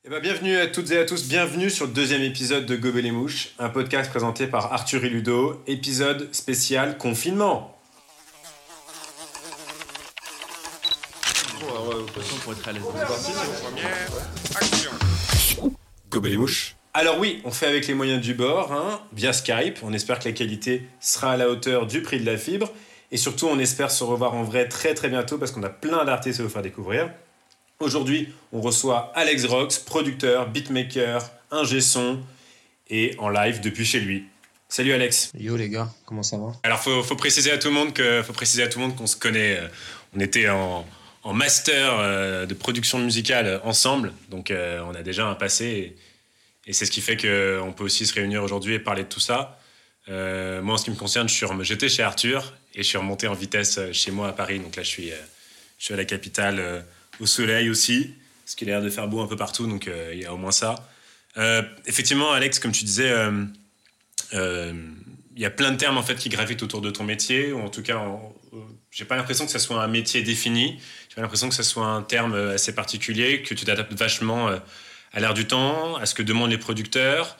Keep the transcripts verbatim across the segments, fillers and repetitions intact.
Eh ben, bienvenue à toutes et à tous, bienvenue sur le deuxième épisode de Gober les mouches, un podcast présenté par Arthur et Ludo, épisode spécial confinement. Gober les mouches. Alors oui, on fait avec les moyens du bord, hein, via Skype, on espère que la qualité sera à la hauteur du prix de la fibre, et surtout on espère se revoir en vrai très très bientôt parce qu'on a plein d'artistes à vous faire découvrir. Aujourd'hui, on reçoit Alex Rox, producteur, beatmaker, ingé son et en live depuis chez lui. Salut Alex. Yo les gars, comment ça va ? Alors faut, faut préciser à tout le monde que faut préciser à tout le monde qu'on se connaît. Euh, on était en, en master euh, de production musicale ensemble, donc euh, on a déjà un passé et, et c'est ce qui fait qu'on peut aussi se réunir aujourd'hui et parler de tout ça. Euh, moi, en ce qui me concerne, je suis rem- j'étais chez Arthur et je suis remonté en vitesse chez moi à Paris. Donc là, je suis, euh, je suis à la capitale. Euh, au soleil aussi, parce qu'il a l'air de faire beau un peu partout, donc euh, il y a au moins ça. Euh, effectivement, Alex, comme tu disais, euh, euh, il y a plein de termes en fait qui gravitent autour de ton métier, ou en tout cas, en, euh, j'ai pas l'impression que ça soit un métier défini, j'ai pas l'impression que ça soit un terme assez particulier, que tu t'adaptes vachement euh, à l'ère du temps, à ce que demandent les producteurs,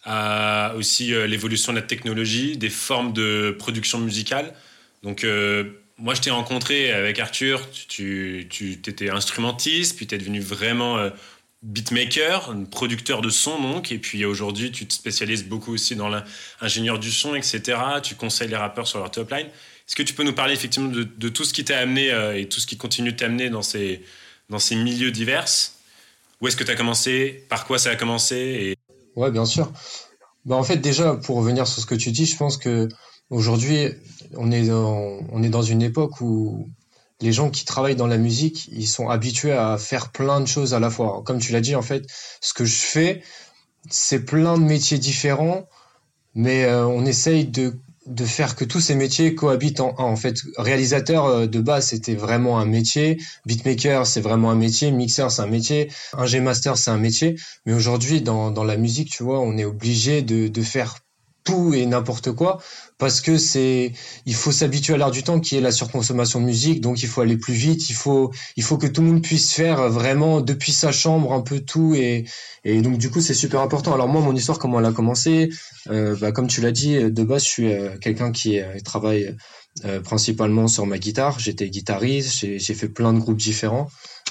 à aussi euh, l'évolution de la technologie, des formes de production musicale. Donc, euh, moi, je t'ai rencontré avec Arthur, tu, tu tu étais instrumentiste, puis tu es devenu vraiment euh, beatmaker, producteur de son, donc, et puis aujourd'hui, tu te spécialises beaucoup aussi dans l'ingénieur du son, et cetera. Tu conseilles les rappeurs sur leur top line. Est-ce que tu peux nous parler effectivement de, de tout ce qui t'a amené euh, et tout ce qui continue de t'amener dans ces, dans ces milieux divers ? Où est-ce que tu as commencé ? Par quoi ça a commencé et... Ouais, bien sûr. Bah en fait déjà pour revenir sur ce que tu dis, je pense que aujourd'hui on est dans, on est dans une époque où les gens qui travaillent dans la musique, ils sont habitués à faire plein de choses à la fois. Comme tu l'as dit en fait, ce que je fais, c'est plein de métiers différents, mais euh, on essaye de de faire que tous ces métiers cohabitent en un. En fait, réalisateur euh, de base, c'était vraiment un métier. Beatmaker, c'est vraiment un métier. Mixeur, c'est un métier. Ingé master, c'est un métier. Mais aujourd'hui, dans, dans la musique, tu vois, on est obligé de, de faire tout et n'importe quoi parce que c'est, il faut s'habituer à l'ère du temps qui est la surconsommation de musique. Donc, il faut aller plus vite. Il faut, il faut que tout le monde puisse faire vraiment depuis sa chambre un peu tout et, et donc, du coup, c'est super important. Alors, moi, mon histoire, comment elle a commencé? Euh, bah, comme tu l'as dit, de base, je suis euh, quelqu'un qui euh, travaille euh, principalement sur ma guitare. J'étais guitariste, j'ai, j'ai fait plein de groupes différents.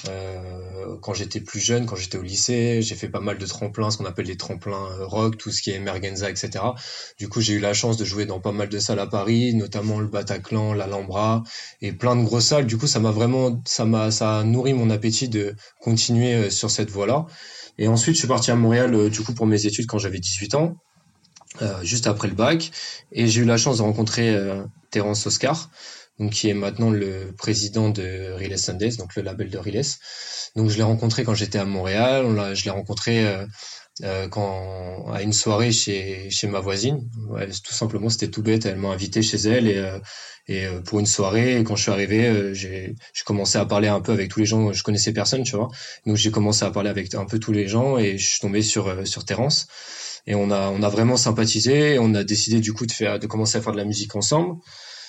Euh, quand j'étais plus jeune, quand j'étais au lycée, j'ai fait pas mal de tremplins, ce qu'on appelle les tremplins euh, rock, tout ce qui est Mergenza, et cetera. Du coup, j'ai eu la chance de jouer dans pas mal de salles à Paris, notamment le Bataclan, l'Alhambra et plein de grosses salles. Du coup, ça m'a vraiment, ça m'a, ça a nourri mon appétit de continuer euh, sur cette voie-là. Et ensuite, je suis parti à Montréal, euh, du coup, pour mes études quand j'avais dix-huit ans. Euh, juste après le bac, et j'ai eu la chance de rencontrer euh, Terence Oscar, donc qui est maintenant le président de Riles Sundays, donc le label de Riles. Donc je l'ai rencontré quand j'étais à Montréal, on l'a, je l'ai rencontré euh, euh, quand à une soirée chez chez ma voisine. Ouais, tout simplement, c'était tout bête, elle m'a invité chez elle et euh, et euh, pour une soirée. Et quand je suis arrivé, euh, j'ai j'ai commencé à parler un peu avec tous les gens. Je connaissais personne, tu vois. Donc j'ai commencé à parler avec un peu tous les gens et je suis tombé sur euh, sur Terence. Et on a, on a vraiment sympathisé. Et on a décidé du coup de faire, de commencer à faire de la musique ensemble.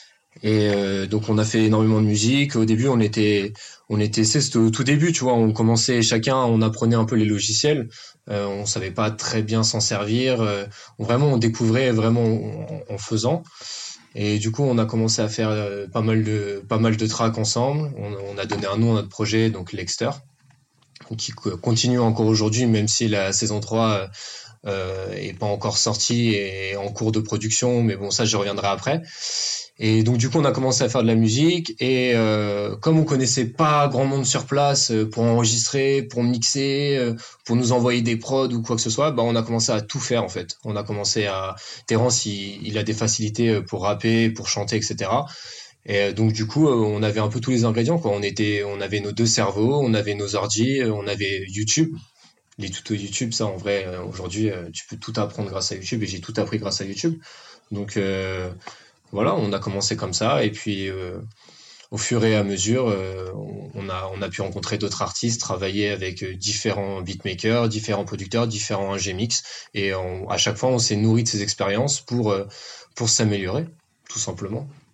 Et euh, donc on a fait énormément de musique. Au début, on était, on était, c'était au tout début, tu vois. On commençait chacun, on apprenait un peu les logiciels. Euh, on savait pas très bien s'en servir. Euh, vraiment, on découvrait vraiment en, en faisant. Et du coup, on a commencé à faire euh, pas mal de, pas mal de tracks ensemble. On, on a donné un nom à notre projet, donc Lexter, qui continue encore aujourd'hui, même si la saison trois euh, est pas encore sorti et en cours de production, mais bon, ça je reviendrai après. Et donc du coup on a commencé à faire de la musique et euh, comme on connaissait pas grand monde sur place euh, pour enregistrer, pour mixer, euh, pour nous envoyer des prods ou quoi que ce soit, bah on a commencé à tout faire en fait. On a commencé à Terence, il, il a des facilités pour rapper, pour chanter, et cetera. Et donc du coup, on avait un peu tous les ingrédients quoi. On était, on avait nos deux cerveaux, on avait nos ordi, on avait YouTube. Les tutos YouTube, ça en vrai, euh, aujourd'hui, euh, tu peux tout apprendre grâce à YouTube et j'ai tout appris grâce à YouTube. Donc euh, voilà, on a commencé comme ça et puis euh, au fur et à mesure, euh, on a on a pu rencontrer d'autres artistes, travailler avec euh, différents beatmakers, différents producteurs, différents ingé mix et on, à chaque fois, on s'est nourri de ces expériences pour euh, pour s'améliorer, tout simplement.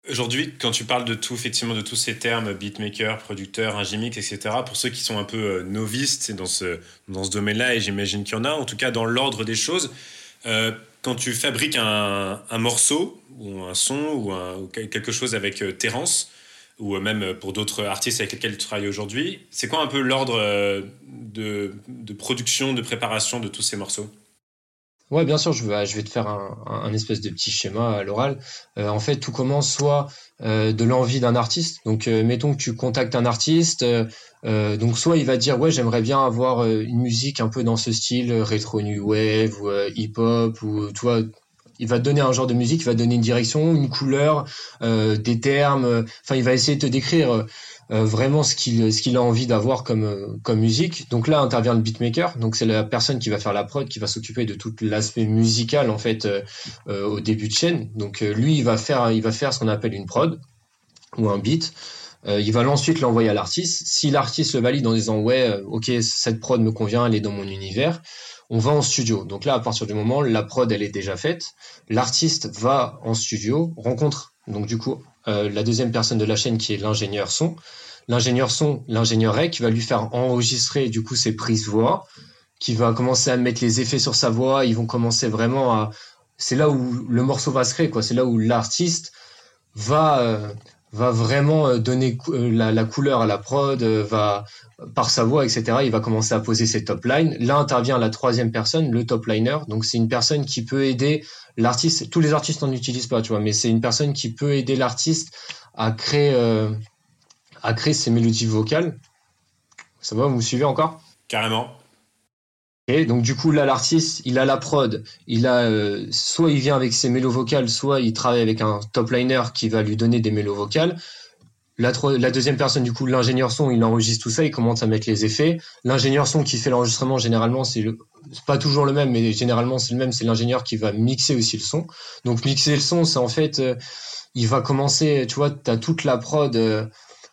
Aujourd'hui, quand tu parles de tout, effectivement, de tous ces termes, beatmaker, producteur, ingémix, et cetera, pour ceux qui sont un peu euh, novices dans ce, dans ce domaine-là, et j'imagine qu'il y en a, en tout cas dans l'ordre des choses, euh, quand tu fabriques un, un morceau, ou un son, ou, un, ou quelque chose avec euh, Terence, ou euh, même pour d'autres artistes avec lesquels tu travailles aujourd'hui, c'est quoi un peu l'ordre euh, de, de production, de préparation de tous ces morceaux? Ouais, bien sûr, je vais, je vais te faire un, un, un espèce de petit schéma à l'oral. Euh, en fait, tout commence soit euh, de l'envie d'un artiste. Donc, euh, mettons que tu contactes un artiste. Euh, euh, donc, soit il va dire, ouais, j'aimerais bien avoir euh, une musique un peu dans ce style, euh, rétro new wave ou euh, hip-hop, ou tu vois, il va te donner un genre de musique, il va te donner une direction, une couleur, euh, des termes. euh, Enfin, il va essayer de te décrire euh, euh, vraiment ce qu'il ce qu'il a envie d'avoir comme euh, comme musique. Donc là intervient le beatmaker. Donc c'est la personne qui va faire la prod, qui va s'occuper de tout l'aspect musical en fait euh, euh, au début de chaîne. Donc euh, lui, il va faire il va faire ce qu'on appelle une prod ou un beat. Euh, il va ensuite l'envoyer à l'artiste. Si l'artiste le valide en disant ouais, euh, ok, cette prod me convient, elle est dans mon univers, on va en studio. Donc là, à partir du moment, la prod elle est déjà faite, l'artiste va en studio, rencontre donc du coup euh, la deuxième personne de la chaîne qui est l'ingénieur son. L'ingénieur son, l'ingénieur rec, qui va lui faire enregistrer du coup ses prises voix, qui va commencer à mettre les effets sur sa voix. Ils vont commencer vraiment à, c'est là où le morceau va se créer quoi. C'est là où l'artiste va euh, va vraiment euh, donner cou- euh, la, la couleur à la prod, euh, va par sa voix, et cetera. Il va commencer à poser ses top lines. Là intervient la troisième personne, le top liner. Donc c'est une personne qui peut aider l'artiste. Tous les artistes n'en utilisent pas, tu vois, mais c'est une personne qui peut aider l'artiste à créer euh, à créer ses mélodies vocales. Ça va, vous me suivez encore? Carrément. Et donc du coup là l'artiste il a la prod, il a euh, soit il vient avec ses mélos vocales, soit il travaille avec un top liner qui va lui donner des mélos vocales. La, tro- la deuxième personne, du coup, l'ingénieur son, il enregistre tout ça, il commence à mettre les effets. L'ingénieur son qui fait l'enregistrement, généralement, c'est le, c'est pas toujours le même, mais généralement c'est le même, c'est l'ingénieur qui va mixer aussi le son. Donc mixer le son, c'est en fait, euh, il va commencer, tu vois, t'as toute la prod. Euh,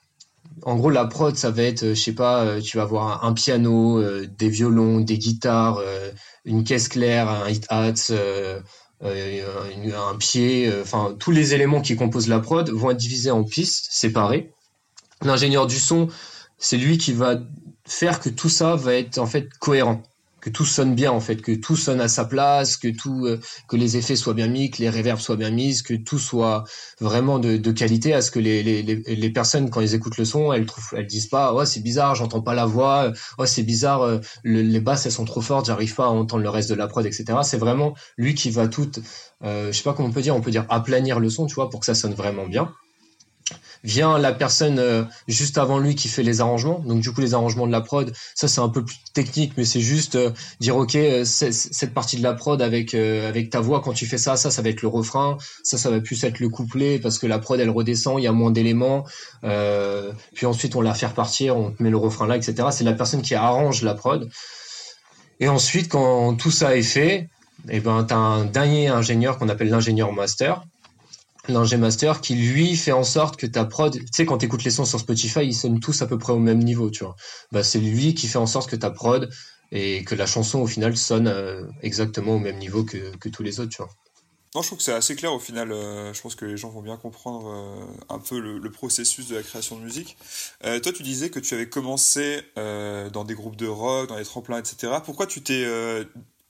en gros, la prod, ça va être, euh, je sais pas, euh, tu vas avoir un, un piano, euh, des violons, des guitares, euh, une caisse claire, un hi-hat, euh, euh, une- un pied, euh, enfin tous les éléments qui composent la prod vont être divisés en pistes séparées. L'ingénieur du son, c'est lui qui va faire que tout ça va être en fait cohérent, que tout sonne bien en fait, que tout sonne à sa place, que tout, euh, que les effets soient bien mis, que les réverbes soient bien mises, que tout soit vraiment de, de qualité, à ce que les, les, les, les personnes quand ils écoutent le son, elles trouvent, elles disent pas, oh c'est bizarre, j'entends pas la voix, oh c'est bizarre, euh, le- les basses elles sont trop fortes, j'arrive pas à entendre le reste de la prod, et cetera. C'est vraiment lui qui va tout, euh, je sais pas comment on peut dire, on peut dire aplanir le son, tu vois, pour que ça sonne vraiment bien. Vient la personne euh, juste avant lui qui fait les arrangements. Donc du coup les arrangements de la prod, ça c'est un peu plus technique, mais c'est juste euh, dire ok euh, c'est- c'est- cette partie de la prod avec euh, avec ta voix quand tu fais ça, ça ça va être le refrain, ça ça va plus être le couplet parce que la prod elle redescend, il y a moins d'éléments. Euh, puis ensuite on la fait repartir, on met le refrain là, et cetera. C'est la personne qui arrange la prod. Et ensuite quand tout ça est fait, et ben t'as un dernier ingénieur qu'on appelle l'ingénieur master, l'ingé master qui lui fait en sorte que ta prod, tu sais quand tu écoutes les sons sur Spotify, ils sonnent tous à peu près au même niveau, tu vois. Bah c'est lui qui fait en sorte que ta prod et que la chanson au final sonne euh, exactement au même niveau que, que tous les autres, tu vois. Non, je trouve que c'est assez clair au final. Euh, je pense que les gens vont bien comprendre euh, un peu le, le processus de la création de musique. Euh, toi, tu disais que tu avais commencé euh, dans des groupes de rock, dans les tremplins, et cetera. Pourquoi tu t'es euh,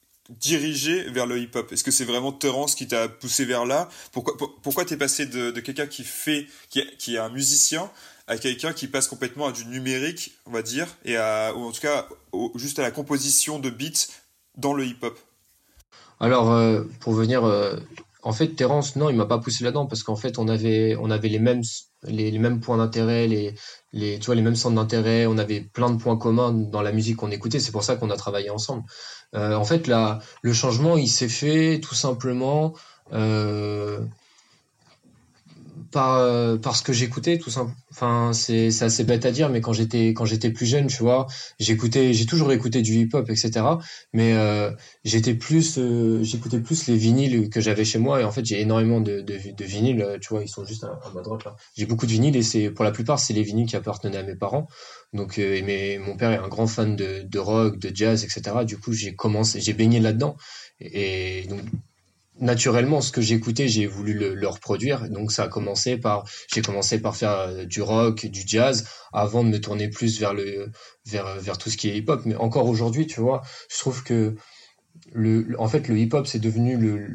dirigé vers le hip-hop? Est-ce que c'est vraiment Terence qui t'a poussé vers là? Pourquoi, pour- pourquoi t'es passé de, de quelqu'un qui fait, qui, est- qui est un musicien, à quelqu'un qui passe complètement à du numérique, on va dire, et à, ou en tout cas au- juste à la composition de beats dans le hip-hop? Alors euh, pour venir euh, en fait Terence non, il m'a pas poussé là-dedans parce qu'en fait on avait on avait les mêmes les, les mêmes points d'intérêt, les les tu vois les mêmes centres d'intérêt, on avait plein de points communs dans la musique qu'on écoutait, c'est pour ça qu'on a travaillé ensemble. Euh, en fait là le changement il s'est fait tout simplement euh, par euh, par ce que j'écoutais tout simple. Enfin c'est c'est assez bête à dire, mais quand j'étais quand j'étais plus jeune, tu vois, j'écoutais j'ai toujours écouté du hip-hop, et cetera. Mais euh, j'étais plus euh, j'écoutais plus les vinyles que j'avais chez moi, et en fait j'ai énormément de de, de vinyles, euh, tu vois, ils sont juste à, à ma droite là. J'ai beaucoup de vinyles et c'est pour la plupart c'est les vinyles qui appartenaient à mes parents. Donc euh, et mes, mon père est un grand fan de de rock, de jazz, et cetera. Du coup j'ai commencé j'ai baigné là-dedans et, et donc naturellement, ce que j'écoutais, j'ai voulu le, le reproduire. Donc ça a commencé par, j'ai commencé par faire euh, du rock, du jazz, avant de me tourner plus vers le, vers, vers tout ce qui est hip-hop. Mais encore aujourd'hui, tu vois, je trouve que le, le- en fait, le hip-hop, c'est devenu le,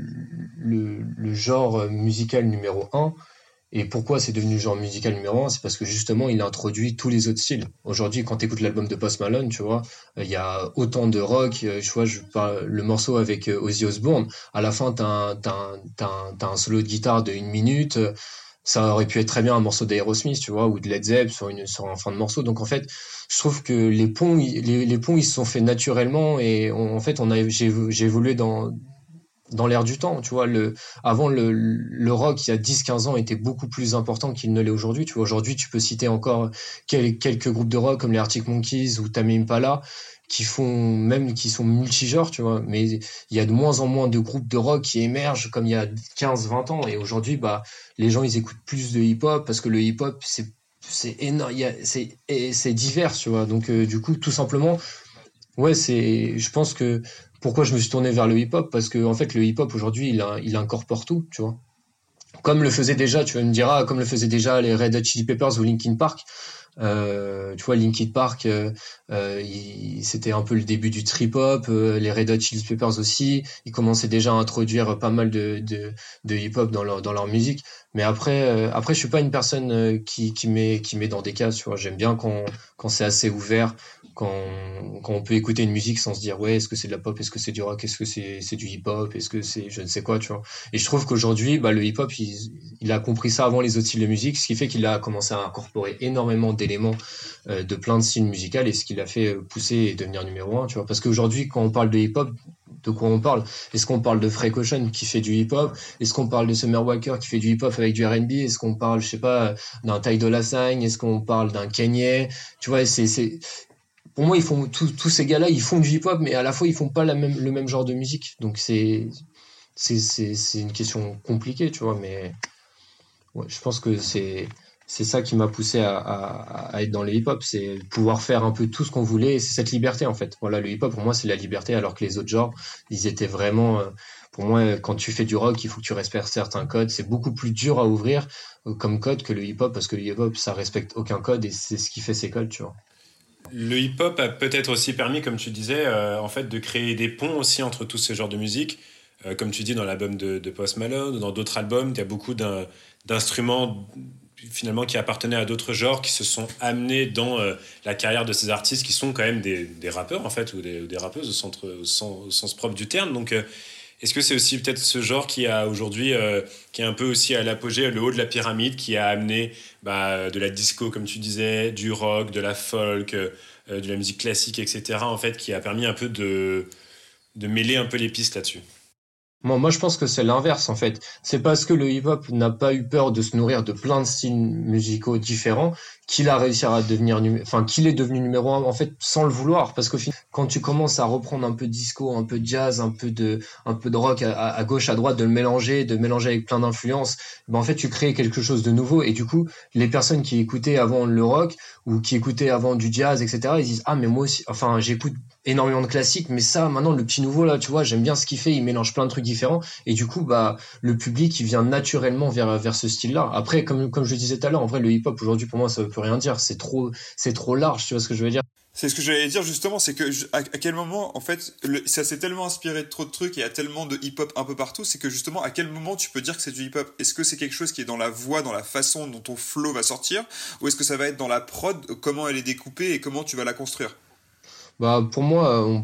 le, le genre musical numéro un. Et pourquoi c'est devenu le genre musical numéro un? C'est parce que justement, il a introduit tous les autres styles. Aujourd'hui, quand tu écoutes l'album de Post Malone, tu vois, euh, il y a autant de rock. euh, Tu vois, je parle, le morceau avec euh, Ozzy Osbourne, à la fin, t'as un, t'as un, t'as un, t'as un solo de guitare de une minute. euh, Ça aurait pu être très bien un morceau d'Aerosmith, tu vois, ou de Led Zepp sur une, sur un fin de morceau. Donc en fait, je trouve que les ponts, ils- les, les ponts, ils se sont faits naturellement et on- en fait, on a, j'ai, j'ai évolué dans, dans l'air du temps, tu vois, le, avant le, le rock, il y a dix quinze ans, était beaucoup plus important qu'il ne l'est aujourd'hui, tu vois, aujourd'hui, tu peux citer encore quel- quelques groupes de rock comme les Arctic Monkeys ou Tame Impala, qui font, même, qui sont multigenres, tu vois, mais il y a de moins en moins de groupes de rock qui émergent comme il y a quinze vingt ans, et aujourd'hui, bah, les gens, ils écoutent plus de hip-hop, parce que le hip-hop, c'est, c'est énorme, il y a- c'est, et c'est divers, tu vois, donc, euh, du coup, tout simplement, ouais, c'est, je pense que pourquoi je me suis tourné vers le hip-hop, parce que en fait le hip-hop aujourd'hui il, a- il incorpore tout, tu vois. Comme le faisait déjà, tu me diras, comme le faisaient déjà les Red Hot Chili Peppers ou Linkin Park. Euh, tu vois, Linkin Park, euh, euh, il- c'était un peu le début du trip-hop. euh, les Red Hot Chili Peppers aussi, ils commençaient déjà à introduire pas mal de, de, de hip-hop dans leur, dans leur musique. Mais après, euh, après, je suis pas une personne euh, qui, qui met, qui met dans des cases. Tu vois, j'aime bien quand, quand c'est assez ouvert, quand, quand on peut écouter une musique sans se dire ouais, est-ce que c'est de la pop, est-ce que c'est du rock, est-ce que c'est, c'est du hip-hop, est-ce que c'est, je ne sais quoi, tu vois. Et je trouve qu'aujourd'hui, bah, le hip-hop, il, il a compris ça avant les autres styles de musique, ce qui fait qu'il a commencé à incorporer énormément d'éléments euh, de plein de styles musicaux et ce qui l'a fait euh, pousser et devenir numéro un, tu vois. Parce qu'aujourd'hui, quand on parle de hip-hop, de quoi on parle? Est-ce qu'on parle de Frank Ocean qui fait du hip-hop? Est-ce qu'on parle de Summer Walker qui fait du hip-hop avec du R and B? Est-ce qu'on parle, je sais pas, d'un Ty Dolla Sign? Est-ce qu'on parle d'un Kanye? Tu vois, c'est, c'est, pour moi, ils font, tous tous ces gars-là, ils font du hip-hop, mais à la fois, ils font pas la même, le même genre de musique. Donc, c'est, c'est, c'est, c'est une question compliquée, tu vois, mais ouais, je pense que c'est c'est ça qui m'a poussé à, à, à être dans le hip-hop, c'est pouvoir faire un peu tout ce qu'on voulait, et c'est cette liberté en fait. Voilà, le hip-hop pour moi c'est la liberté, alors que les autres genres, ils étaient vraiment, euh, pour moi, quand tu fais du rock, il faut que tu respectes certains codes. C'est beaucoup plus dur à ouvrir euh, comme code que le hip-hop, parce que le hip-hop ça respecte aucun code et c'est ce qui fait ses codes, tu vois. Le hip-hop a peut-être aussi permis, comme tu disais, euh, en fait, de créer des ponts aussi entre tous ces genres de musique. Euh, comme tu dis, dans l'album de, de Post Malone ou dans d'autres albums, il y a beaucoup d'un- d'instruments finalement qui appartenaient à d'autres genres qui se sont amenés dans euh, la carrière de ces artistes qui sont quand même des, des rappeurs en fait ou des, ou des rappeuses au, centre, au, sens, au sens propre du terme. Donc euh, est-ce que c'est aussi peut-être ce genre qui a aujourd'hui, euh, qui est un peu aussi à l'apogée, le haut de la pyramide, qui a amené bah, de la disco, comme tu disais, du rock, de la folk, euh, de la musique classique, et cetera, en fait, qui a permis un peu de, de mêler un peu les pistes là-dessus. Moi, moi, je pense que c'est l'inverse, en fait. C'est parce que le hip-hop n'a pas eu peur de se nourrir de plein de styles musicaux différents qu'il a réussi à devenir, numé- enfin, qu'il est devenu numéro un, en fait, sans le vouloir. Parce qu'au final, quand tu commences à reprendre un peu de disco, un peu de jazz, un peu de, un peu de rock à, à- à gauche, à droite, de le mélanger, de mélanger avec plein d'influences, ben, en fait, tu crées quelque chose de nouveau. Et du coup, les personnes qui écoutaient avant le rock ou qui écoutaient avant du jazz, et cetera, ils disent, ah, mais moi aussi, enfin, j'écoute énormément de classiques, mais ça, maintenant, le petit nouveau, là, tu vois, j'aime bien ce qu'il fait, il mélange plein de trucs différents, et du coup, bah, le public, il vient naturellement vers, vers ce style-là. Après, comme, comme je le disais tout à l'heure, en vrai, le hip-hop, aujourd'hui, pour moi, ça veut plus rien dire, c'est trop, c'est trop large, tu vois ce que je veux dire? C'est ce que j'allais dire justement, c'est que je- à, à quel moment, en fait, le- ça s'est tellement inspiré de trop de trucs et il y a tellement de hip-hop un peu partout, c'est que justement, à quel moment tu peux dire que c'est du hip-hop? Est-ce que c'est quelque chose qui est dans la voix, dans la façon dont ton flow va sortir, ou est-ce que ça va être dans la prod, comment elle est découpée et comment tu vas la construire? Bah, pour moi, on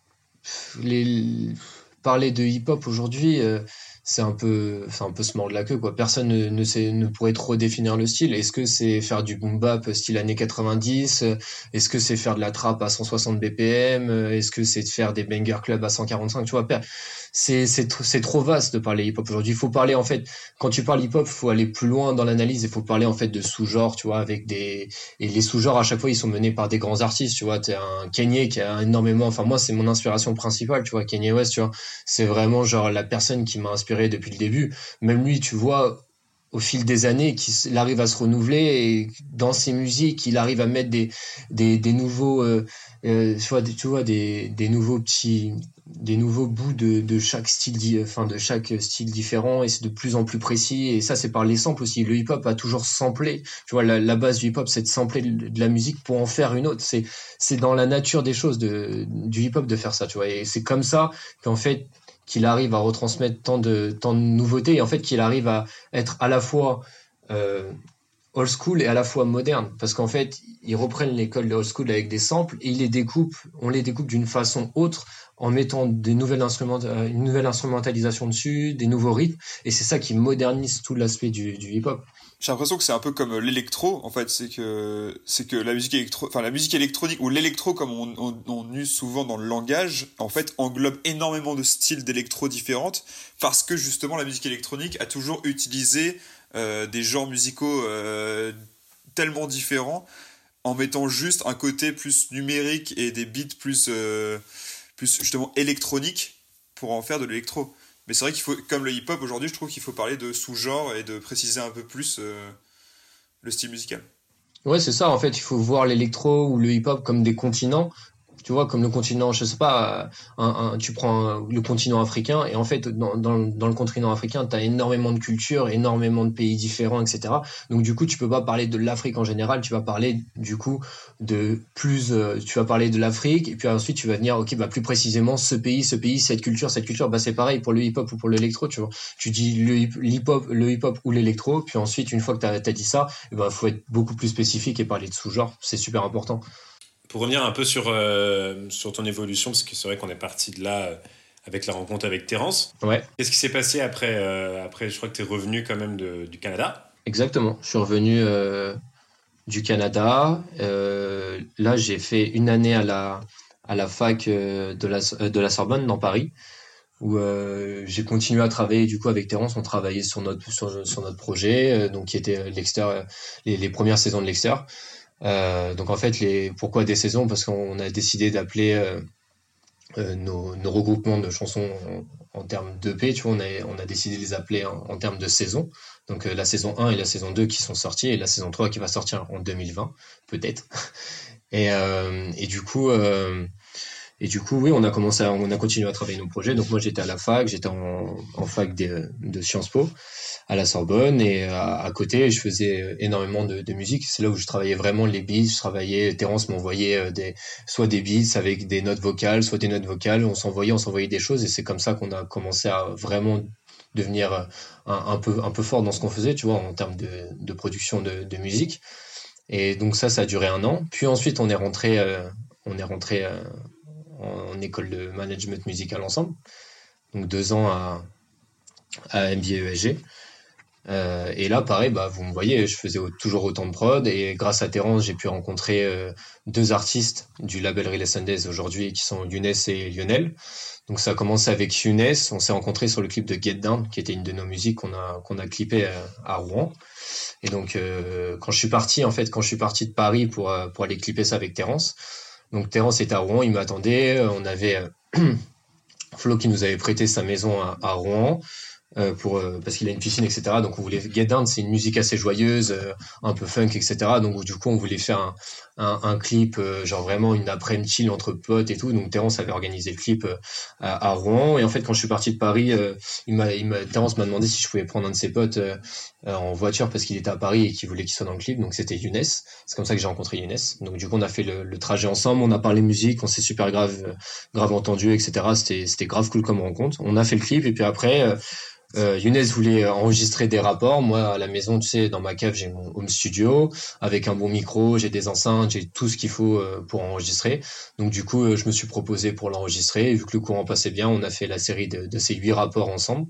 les parler de hip-hop aujourd'hui, euh, c'est un peu, c'est un peu se mordre la queue, quoi. Personne ne, ne sait, ne pourrait trop définir le style. Est-ce que c'est faire du boom bap style années quatre-vingt-dix? euh, Est-ce que c'est faire de la trap à cent soixante B P M? euh, Est-ce que c'est de faire des banger club à cent quarante-cinq? Tu vois, per- c'est, c'est, tr- c'est trop vaste de parler hip-hop aujourd'hui. Il faut parler, en fait, quand tu parles hip-hop, il faut aller plus loin dans l'analyse. Il faut parler, en fait, de sous-genres, tu vois, avec des, et les sous-genres, à chaque fois, ils sont menés par des grands artistes, tu vois. T'es un Kanye qui a énormément, enfin, moi, c'est mon inspiration principale, tu vois, Kanye West, tu vois. C'est vraiment, genre, la personne qui m'a inspiré depuis le début. Même lui, tu vois, au fil des années, qu'il arrive à se renouveler et dans ses musiques, il arrive à mettre des, des, des nouveaux, euh, euh, tu vois, des, tu vois, des, des nouveaux petits, des nouveaux bouts de, de chaque style, di- enfin de chaque style différent, et c'est de plus en plus précis. Et ça, c'est par les samples aussi. Le hip-hop a toujours samplé. Tu vois, la, la base du hip-hop, c'est de sampler de, de la musique pour en faire une autre. C'est c'est dans la nature des choses de du hip-hop de faire ça. Tu vois, et c'est comme ça qu'en fait qu'il arrive à retransmettre tant de tant de nouveautés, et en fait qu'il arrive à être à la fois euh, old school et à la fois moderne, parce qu'en fait ils reprennent l'école de old school avec des samples et ils les découpent, on les découpe d'une façon autre en mettant des nouvelles instruments, euh, une nouvelle instrumentalisation dessus, des nouveaux rythmes, et c'est ça qui modernise tout l'aspect du, du hip-hop. J'ai l'impression que c'est un peu comme l'électro, en fait, c'est que c'est que la musique électro, enfin la musique électronique ou l'électro comme on, on, on use souvent dans le langage, en fait, englobe énormément de styles d'électro différentes parce que justement la musique électronique a toujours utilisé euh, des genres musicaux euh, tellement différents en mettant juste un côté plus numérique et des beats plus euh, plus justement électroniques pour en faire de l'électro. Mais c'est vrai qu'il faut, comme le hip-hop aujourd'hui, je trouve qu'il faut parler de sous-genre et de préciser un peu plus euh, le style musical. Ouais, c'est ça, en fait, il faut voir l'électro ou le hip-hop comme des continents. Tu vois, comme le continent, je sais pas, un, un, tu prends un- le continent africain, et en fait, dans, dans, dans le continent africain, tu as énormément de cultures, énormément de pays différents, et cetera. Donc, du coup, tu peux pas parler de l'Afrique en général, tu vas parler, du coup, de plus, euh, tu vas parler de l'Afrique, et puis ensuite, tu vas venir, ok, bah, plus précisément, ce pays, ce pays, cette culture, cette culture, bah, c'est pareil pour le hip-hop ou pour l'électro, tu vois. Tu dis le hip- l'hip-hop, le hip-hop ou l'électro, puis ensuite, une fois que tu as dit ça, il bah, faut être beaucoup plus spécifique et parler de sous-genre, c'est super important. Pour revenir un peu sur, euh, sur ton évolution, parce que c'est vrai qu'on est parti de là euh, avec la rencontre avec Terence. Ouais. Qu'est-ce qui s'est passé après, euh, après je crois que tu es revenu quand même de, du Canada. Exactement. Je suis revenu euh, du Canada. Euh, là, j'ai fait une année à la à la fac euh, de la euh, de la Sorbonne dans Paris, où euh, j'ai continué à travailler du coup avec Terence. On travaillait sur notre sur, sur notre projet, euh, donc qui était l'extérieur, les, les premières saisons de l'extérieur. Euh, donc en fait, les pourquoi des saisons? Parce qu'on a décidé d'appeler euh, euh, nos, nos regroupements de chansons en, en termes d'E P, tu vois, on a, on a décidé de les appeler en, en termes de saison. Donc euh, la saison un et la saison deux qui sont sorties, et la saison trois qui va sortir en deux mille vingt, peut-être. Et, euh, et du coup, euh, et du coup, oui, on a commencé, à, on a continué à travailler nos projets. Donc moi, j'étais à la fac, j'étais en, en fac de, de Sciences Po à la Sorbonne, et à, à côté, je faisais énormément de, de musique. C'est là où je travaillais vraiment les beats. Je travaillais, Terence m'envoyait des, soit des beats avec des notes vocales, soit des notes vocales. On s'envoyait, on s'envoyait des choses, et c'est comme ça qu'on a commencé à vraiment devenir un, un peu, un peu fort dans ce qu'on faisait, tu vois, en termes de, de production de, de musique. Et donc ça, ça a duré un an. Puis ensuite, on est rentré, euh, on est rentré euh, en, en école de management musical ensemble. Donc deux ans à, à M B A E S G. Euh, et là, pareil, bah, vous me voyez, je faisais au- toujours autant de prod, et grâce à Terence, j'ai pu rencontrer euh, deux artistes du label Relay Sundays aujourd'hui, qui sont Younes et Lionel. Donc ça a commencé avec Younes, on s'est rencontrés sur le clip de Get Down, qui était une de nos musiques qu'on a qu'on a clippé à, à Rouen. Et donc euh, quand je suis parti, en fait, quand je suis parti de Paris pour euh, pour aller clipper ça avec Terence, donc Terence était à Rouen, il m'attendait, euh, on avait euh, Flo qui nous avait prêté sa maison à, à Rouen, euh, pour euh, parce qu'il a une piscine, et cetera. Donc on voulait Get Down, c'est une musique assez joyeuse, euh, un peu funk, et cetera. Donc du coup on voulait faire un, un, un clip, euh, genre vraiment une après-midi chill entre potes et tout. Donc Terence avait organisé le clip euh, à, à Rouen. Et en fait quand je suis parti de Paris, euh, il m'a, il m'a, Terence m'a demandé si je pouvais prendre un de ses potes euh, euh, en voiture, parce qu'il était à Paris et qu'il voulait qu'il soit dans le clip. Donc c'était Younes. C'est comme ça que j'ai rencontré Younes. Donc du coup on a fait le, le trajet ensemble, on a parlé musique, on s'est super grave, euh, grave entendu, et cetera. C'était, c'était grave cool comme rencontre. On a fait le clip, et puis après. Euh, Euh, Younes voulait enregistrer des rapports. Moi, à la maison, tu sais, dans ma cave, j'ai mon home studio avec un bon micro, j'ai des enceintes, j'ai tout ce qu'il faut euh, pour enregistrer. Donc, du coup, euh, je me suis proposé pour l'enregistrer. Et vu que le courant passait bien, on a fait la série de, de ces huit rapports ensemble.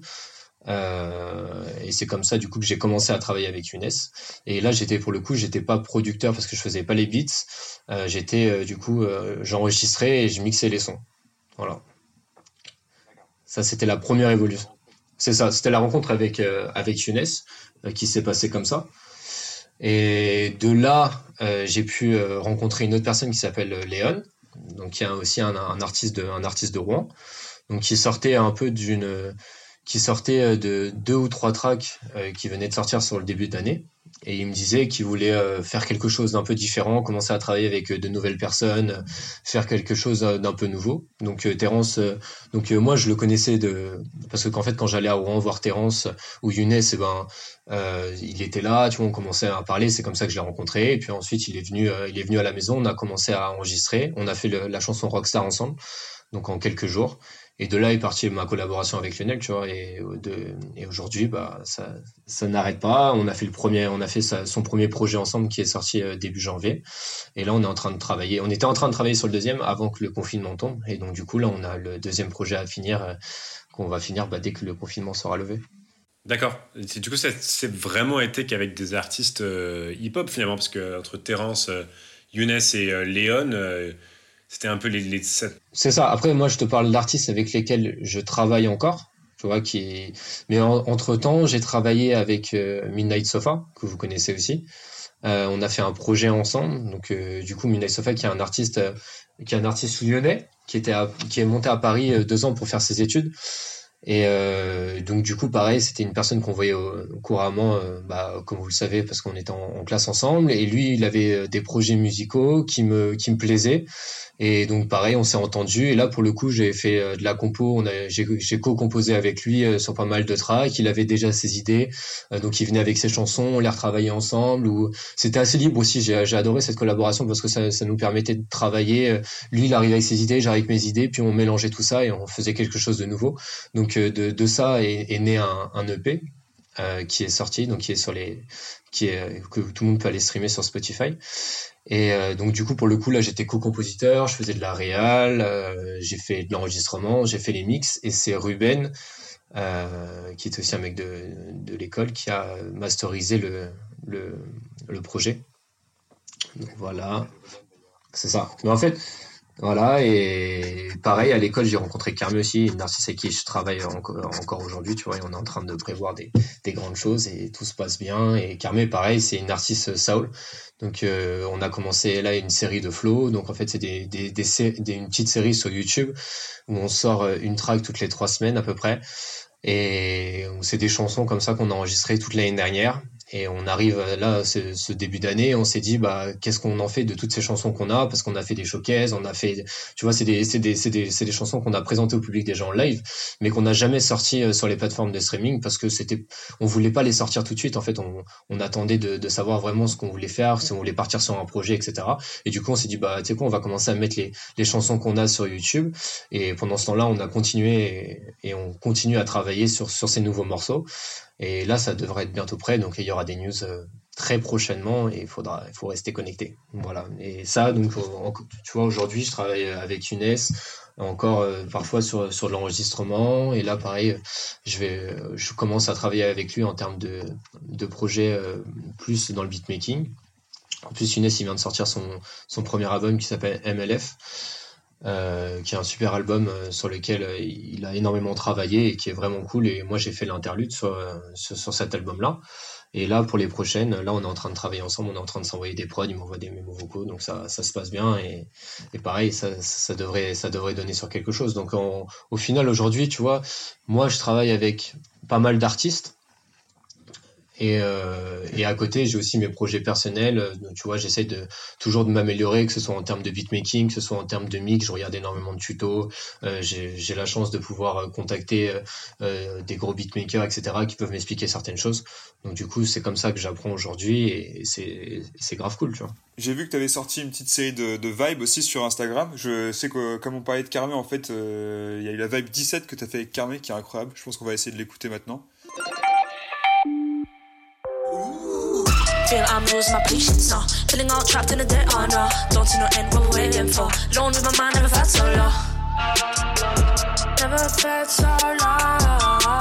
Euh, et c'est comme ça, du coup, que j'ai commencé à travailler avec Younes. Et là, j'étais, pour le coup, j'étais pas producteur parce que je faisais pas les beats. Euh, j'étais, euh, du coup, euh, j'enregistrais et je mixais les sons. Voilà. Ça, c'était la première évolution. C'est ça, c'était la rencontre avec euh, avec Younes euh, qui s'est passée comme ça. Et de là, euh, j'ai pu euh, rencontrer une autre personne qui s'appelle euh, Léon, donc qui est aussi un, un artiste de un artiste de Rouen, donc qui sortait un peu d'une qui sortait de deux ou trois tracks euh, qui venaient de sortir sur le début d'année. Et il me disait qu'il voulait euh, faire quelque chose d'un peu différent, commencer à travailler avec euh, de nouvelles personnes, euh, faire quelque chose euh, d'un peu nouveau. Donc euh, Terence, euh, donc euh, moi je le connaissais de parce que qu'en fait quand j'allais à Rouen voir Terence ou Younes, eh ben euh, il était là, tu vois, on commençait à parler, c'est comme ça que je l'ai rencontré. Et puis ensuite il est venu, euh, il est venu à la maison, on a commencé à enregistrer, on a fait le, la chanson Rockstar ensemble, donc en quelques jours. Et de là est partie ma collaboration avec Lionel, tu vois. Et, de, et aujourd'hui, bah, ça, ça n'arrête pas. On a fait le premier, on a fait sa, son premier projet ensemble qui est sorti euh, début janvier. Et là, on est en train de travailler. On était en train de travailler sur le deuxième avant que le confinement tombe. Et donc, du coup, là, on a le deuxième projet à finir, euh, qu'on va finir bah, dès que le confinement sera levé. D'accord. Du coup, ça c'est vraiment été qu'avec des artistes euh, hip-hop finalement, parce que entre Terence, euh, Younes et euh, Léon. Euh, C'était un peu les, les... C'est ça. Après, moi, je te parle d'artistes avec lesquels je travaille encore, tu vois, qui. Mais en, entre-temps, j'ai travaillé avec euh, Midnight Sofa, que vous connaissez aussi. Euh, on a fait un projet ensemble. Donc, euh, du coup, Midnight Sofa, qui est un artiste, euh, qui est un artiste lyonnais, qui était, à, qui est monté à Paris euh, deux ans pour faire ses études. Et euh, donc du coup pareil, c'était une personne qu'on voyait euh, couramment, euh, bah, comme vous le savez, parce qu'on était en, en classe ensemble. Et lui, il avait des projets musicaux qui me qui me plaisaient. Et donc pareil, on s'est entendu. Et là pour le coup, j'ai fait euh, de la compo. On a j'ai j'ai co-composé avec lui euh, sur pas mal de tracks. Il avait déjà ses idées, euh, donc il venait avec ses chansons, on les retravaillait ensemble. Ou c'était assez libre aussi. J'ai j'ai adoré cette collaboration parce que ça ça nous permettait de travailler. Lui, il arrivait avec ses idées, j'arrivais avec mes idées, puis on mélangeait tout ça et on faisait quelque chose de nouveau. Donc de, de ça est, est né un, un E P euh, qui est sorti, donc qui est sur les, qui est que tout le monde peut aller streamer sur Spotify. Et euh, donc du coup pour le coup là j'étais co-compositeur, je faisais de la réal, euh, j'ai fait de l'enregistrement, j'ai fait les mix et c'est Ruben euh, qui est aussi un mec de, de l'école qui a masterisé le le, le projet. Donc voilà, c'est ça. Mais en fait voilà, et pareil, à l'école, j'ai rencontré Carmé aussi, une artiste avec qui je travaille encore, encore aujourd'hui, tu vois, et on est en train de prévoir des, des grandes choses et tout se passe bien. Et Carmé, pareil, c'est une artiste soul. Donc, euh, on a commencé là une série de flow. Donc, en fait, c'est des, des, des, des, une petite série sur YouTube où on sort une track toutes les trois semaines à peu près. Et c'est des chansons comme ça qu'on a enregistrées toute l'année dernière. Et on arrive là, ce, ce début d'année, on s'est dit, bah, qu'est-ce qu'on en fait de toutes ces chansons qu'on a? Parce qu'on a fait des showcases, on a fait, tu vois, c'est des, c'est des, c'est des, c'est des chansons qu'on a présentées au public déjà en live, mais qu'on n'a jamais sorties sur les plateformes de streaming parce que c'était, on voulait pas les sortir tout de suite. En fait, on, on attendait de, de savoir vraiment ce qu'on voulait faire, si on voulait partir sur un projet, et cetera. Et du coup, on s'est dit, bah, tu sais quoi, on va commencer à mettre les, les chansons qu'on a sur YouTube. Et pendant ce temps-là, on a continué et, et on continue à travailler sur, sur ces nouveaux morceaux. Et là, ça devrait être bientôt prêt, donc il y aura des news euh, très prochainement et il faudra, il faut rester connecté. Voilà. Et ça, donc, en, tu vois, aujourd'hui, je travaille avec Younes, encore euh, parfois sur sur de l'enregistrement. Et là, pareil, je vais, je commence à travailler avec lui en termes de de projets euh, plus dans le beatmaking. En plus, Younes, il vient de sortir son son premier album qui s'appelle M L F. Euh, qui est un super album euh, sur lequel euh, il a énormément travaillé et qui est vraiment cool. Et moi, j'ai fait l'interlude sur, euh, sur, sur cet album-là. Et là, pour les prochaines, là, on est en train de travailler ensemble, on est en train de s'envoyer des prods, il m'envoie des mémos vocaux, donc ça, ça se passe bien. Et, et pareil, ça, ça devrait, ça devrait donner sur quelque chose. Donc, en, au final, aujourd'hui, tu vois, moi, je travaille avec pas mal d'artistes. Et, euh, et à côté, j'ai aussi mes projets personnels. Donc, tu vois, j'essaie de toujours de m'améliorer, que ce soit en termes de beatmaking, que ce soit en termes de mix. Je regarde énormément de tutos. Euh, j'ai, j'ai la chance de pouvoir contacter euh, des gros beatmakers, et cetera, qui peuvent m'expliquer certaines choses. Donc, du coup, c'est comme ça que j'apprends aujourd'hui et c'est, c'est grave cool, tu vois. J'ai vu que tu avais sorti une petite série de, de vibes aussi sur Instagram. Je sais que, comme on parlait de Carmé, en fait, il euh, y a eu la vibe dix-sept que tu as fait avec Carmé, qui est incroyable. Je pense qu'on va essayer de l'écouter maintenant. Feel I'm losing my patience now. Feeling all trapped in a dead oh no. Don't see no end what we're waiting for. Alone with my mind, never felt so low. Never felt so low.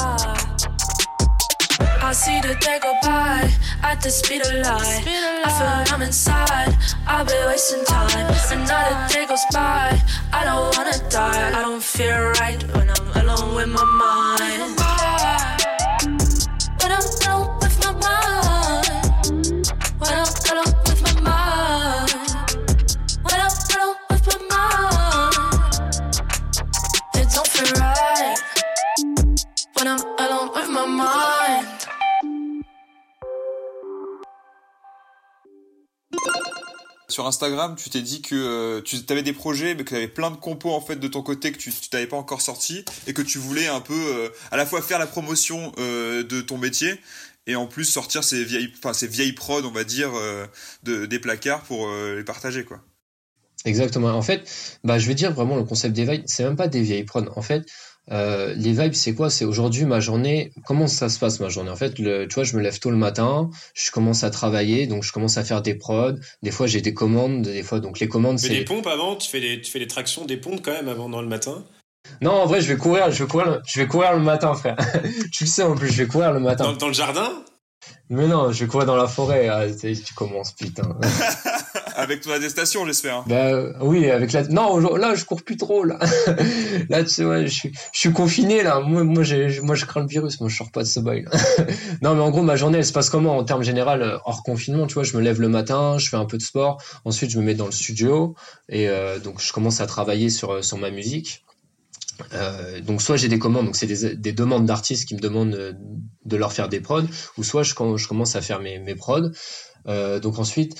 I see the day go by at the speed of light. I feel I'm inside. I've been wasting time. Another day goes by. I don't wanna die. I don't feel right when I'm alone with my mind. When I'm alone with my mind. When I'm alone with my mind. When I'm alone with my mind. It don't feel right. sur Instagram, tu t'es dit que euh, tu avais des projets, mais que tu avais plein de compos en fait de ton côté que tu t'avais pas encore sorti et que tu voulais un peu euh, à la fois faire la promotion euh, de ton métier et en plus sortir ces vieilles, enfin ces vieilles prods, on va dire, euh, de, des placards pour euh, les partager, quoi. Exactement. En fait, bah, je vais dire vraiment le concept des vibes, c'est même pas des vieilles prods. En fait, euh, les vibes, c'est quoi? C'est aujourd'hui ma journée. Comment ça se passe ma journée? En fait, le, tu vois, je me lève tôt le matin, je commence à travailler, donc je commence à faire des prods. Des fois, j'ai des commandes, des fois, donc les commandes, Tu fais c'est. des pompes avant, tu fais des, tu fais des tractions, des pompes quand même avant dans le matin. Non, en vrai, je vais courir, je vais courir, je vais courir le matin, frère. Tu le sais en plus, je vais courir le matin. Dans, dans le jardin? Mais non, je vais courir dans la forêt. Ah, tu tu commences, putain. Avec ton attestation, j'espère. Bah oui, avec la. Non, là, je cours plus trop là. Là, tu sais, ouais, je suis, je suis confiné là. Moi, moi, j'ai, moi, je crains le virus. Moi, je sors pas de ce bail. Là. Non, mais en gros, ma journée, elle se passe comment en termes général hors confinement? Tu vois, je me lève le matin, je fais un peu de sport. Ensuite, je me mets dans le studio et euh, donc je commence à travailler sur sur ma musique. Euh, donc soit j'ai des commandes, donc c'est des, des demandes d'artistes qui me demandent de, de leur faire des prods, ou soit je, je commence à faire mes, mes prods. Euh, donc ensuite,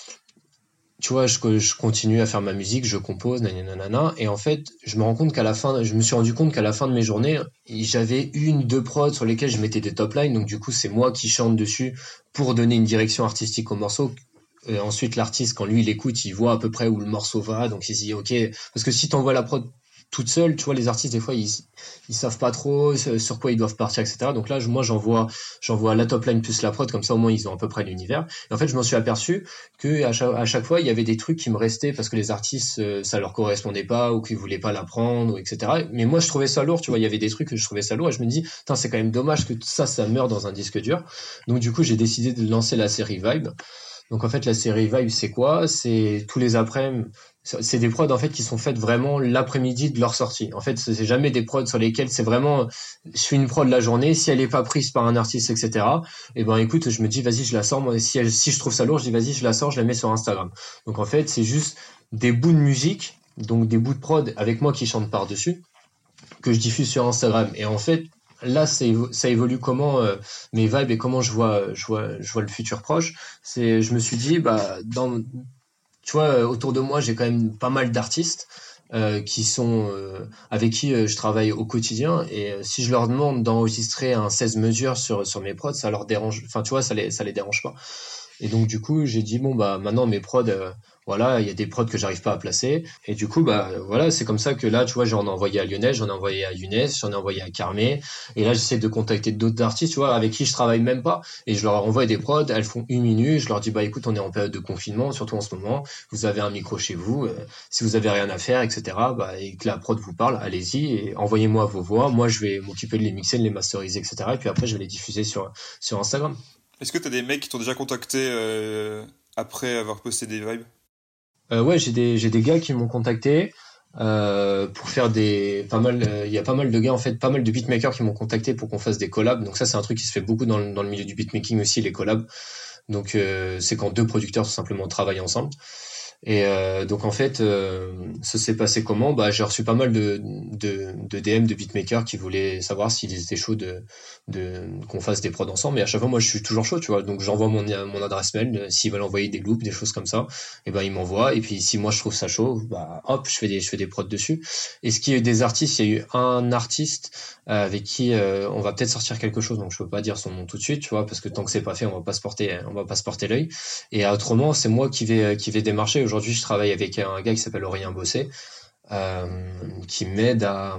tu vois, je, je continue à faire ma musique, je compose, nanana, et en fait, je me rends compte qu'à la fin, je me suis rendu compte qu'à la fin de mes journées, j'avais une, deux prods sur lesquels je mettais des top lines, donc du coup, c'est moi qui chante dessus pour donner une direction artistique au morceau. Et ensuite, l'artiste, quand lui, il écoute, il voit à peu près où le morceau va, donc il se dit, ok, parce que si t'envoies la prod toute seule, tu vois, les artistes, des fois, ils, ils savent pas trop sur quoi ils doivent partir, et cetera. Donc là, moi, j'envoie, j'envoie la top line plus la prod, comme ça, au moins, ils ont à peu près l'univers. Et en fait, je m'en suis aperçu que à chaque, à chaque fois, il y avait des trucs qui me restaient parce que les artistes, ça leur correspondait pas ou qu'ils voulaient pas l'apprendre, et cetera. Mais moi, je trouvais ça lourd, tu vois, il y avait des trucs que je trouvais ça lourd et je me dis, putain, c'est quand même dommage que ça, ça meurt dans un disque dur. Donc, du coup, j'ai décidé de lancer la série Vibe. Donc en fait la série Vibe c'est quoi? C'est tous les après-midi, c'est des prods en fait qui sont faites vraiment l'après-midi de leur sortie. En fait c'est jamais des prods sur lesquels c'est vraiment je fais une prod la journée, si elle est pas prise par un artiste et cetera. Et ben écoute je me dis vas-y je la sors, moi si, elle, si je trouve ça lourd je dis vas-y je la sors, je la mets sur Instagram. Donc en fait c'est juste des bouts de musique, donc des bouts de prod avec moi qui chante par dessus que je diffuse sur Instagram. Et en fait là, c'est, ça évolue comment euh, mes vibes et comment je vois, je vois, je vois le futur proche. C'est, je me suis dit, bah, dans, tu vois, autour de moi, j'ai quand même pas mal d'artistes euh, qui sont euh, avec qui euh, je travaille au quotidien. Et euh, si je leur demande d'enregistrer un seize mesures sur sur mes prods, ça leur dérange. Enfin, tu vois, ça les ça les dérange pas. Et donc du coup, j'ai dit bon bah maintenant mes prods, euh, voilà, il y a des prods que j'arrive pas à placer. Et du coup bah voilà, c'est comme ça que là, tu vois, j'en ai envoyé à Lionel, j'en ai envoyé à Younes, j'en ai envoyé à Carmé. Et là, j'essaie de contacter d'autres artistes, tu vois, avec qui je travaille même pas. Et je leur envoie des prods, elles font une minute. Je leur dis bah écoute, on est en période de confinement, surtout en ce moment. Vous avez un micro chez vous, euh, si vous avez rien à faire, et cetera. Bah et que la prod vous parle, allez-y et envoyez-moi vos voix. Moi, je vais m'occuper de les mixer, de les masteriser, et cetera. Et puis après, je vais les diffuser sur sur Instagram. Est-ce que t'as des mecs qui t'ont déjà contacté euh, après avoir posté des vibes? euh, Ouais, j'ai des j'ai des gars qui m'ont contacté euh, pour faire des pas mal. Il euh, y a pas mal de gars en fait, pas mal de beatmakers qui m'ont contacté pour qu'on fasse des collabs. Donc ça, c'est un truc qui se fait beaucoup dans le, dans le milieu du beatmaking aussi, les collabs. Donc euh, c'est quand deux producteurs tout simplement travaillent ensemble. Et euh, donc en fait, euh, ça s'est passé comment? Bah j'ai reçu pas mal de, de, de D M de beatmakers qui voulaient savoir s'ils étaient chauds de, de qu'on fasse des prods ensemble. Mais à chaque fois, moi, je suis toujours chaud, tu vois. Donc j'envoie mon mon adresse mail. S'ils veulent envoyer des loops, des choses comme ça, et ben ils m'envoient. Et puis si moi je trouve ça chaud, bah hop, je fais des je fais des prods dessus. Et ce qui est des artistes, il y a eu un artiste euh, avec qui euh, on va peut-être sortir quelque chose. Donc je peux pas dire son nom tout de suite, tu vois, parce que tant que c'est pas fait, on va pas se porter on va pas se porter l'œil. Et autrement, c'est moi qui vais qui vais démarcher. Aujourd'hui, je travaille avec un gars qui s'appelle Aurélien Bossé, euh, qui m'aide à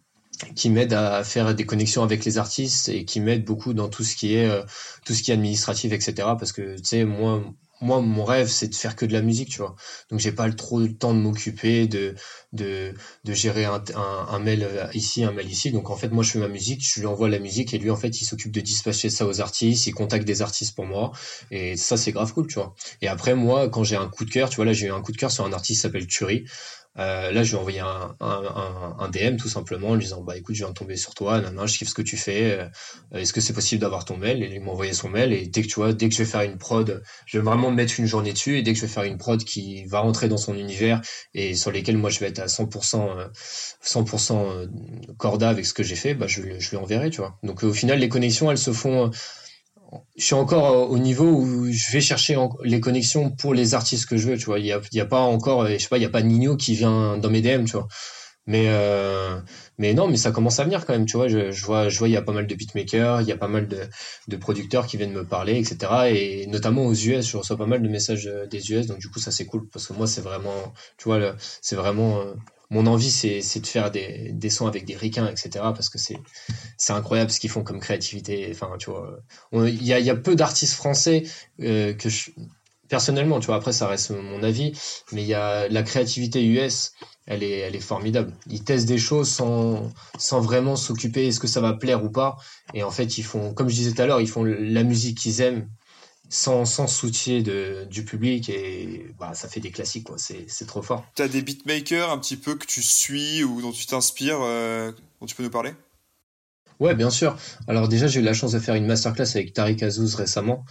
qui m'aide à faire des connexions avec les artistes et qui m'aide beaucoup dans tout ce qui est euh, tout ce qui est administratif, et cetera. Parce que tu sais, moi moi mon rêve c'est de faire que de la musique, tu vois. Donc j'ai pas trop le temps de m'occuper de de de gérer un, un un mail ici, un mail ici. Donc en fait moi je fais ma musique, je lui envoie la musique et lui en fait il s'occupe de dispatcher ça aux artistes, il contacte des artistes pour moi et ça c'est grave cool, tu vois. Et après moi quand j'ai un coup de cœur, tu vois, là j'ai eu un coup de cœur sur un artiste qui s'appelle Turi. Euh, là, je lui ai envoyé un, un, un, un D M tout simplement en lui disant bah écoute, je viens de tomber sur toi, nan, nan, je kiffe ce que tu fais. Euh, est-ce que c'est possible d'avoir ton mail? Et il m'a envoyé son mail et dès que tu vois, dès que je vais faire une prod, je vais vraiment mettre une journée dessus et dès que je vais faire une prod qui va rentrer dans son univers et sur lesquels moi je vais être à cent pour cent euh, cent pour cent corda avec ce que j'ai fait, bah je, je lui enverrai, tu vois. Donc au final, les connexions, elles se font je suis encore au niveau où je vais chercher les connexions pour les artistes que je veux, tu vois. Il y a, il y a pas encore, je sais pas, il y a pas Nino qui vient dans mes D M, tu vois. Mais, euh, mais non, mais ça commence à venir quand même, tu vois. Je, je vois, je vois, il y a pas mal de beatmakers, il y a pas mal de, de producteurs qui viennent me parler, et cetera. Et notamment aux U S, je reçois pas mal de messages des U S, donc du coup, ça c'est cool parce que moi, c'est vraiment, tu vois, le, c'est vraiment, euh, mon envie, c'est, c'est de faire des, des sons avec des ricains, et cetera. Parce que c'est, c'est incroyable ce qu'ils font comme créativité. Enfin, tu vois, il y a, il y a peu d'artistes français euh, que je, personnellement, tu vois. Après, ça reste mon avis, mais il y a la créativité U S. Elle est, elle est formidable. Ils testent des choses sans, sans vraiment s'occuper est-ce que ça va plaire ou pas. Et en fait, ils font, comme je disais tout à l'heure, ils font la musique qu'ils aiment sans, sans soucier de, du public et bah, ça fait des classiques, quoi. C'est, c'est trop fort. T'as des beatmakers un petit peu que tu suis ou dont tu t'inspires, euh, dont tu peux nous parler? Ouais, bien sûr. Alors déjà, j'ai eu la chance de faire une masterclass avec Tariq Azouz récemment.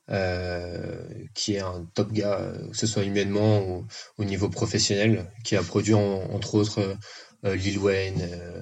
Euh, qui est un top gars, que ce soit humainement ou au niveau professionnel, qui a produit en, entre autres euh, Lil Wayne, euh,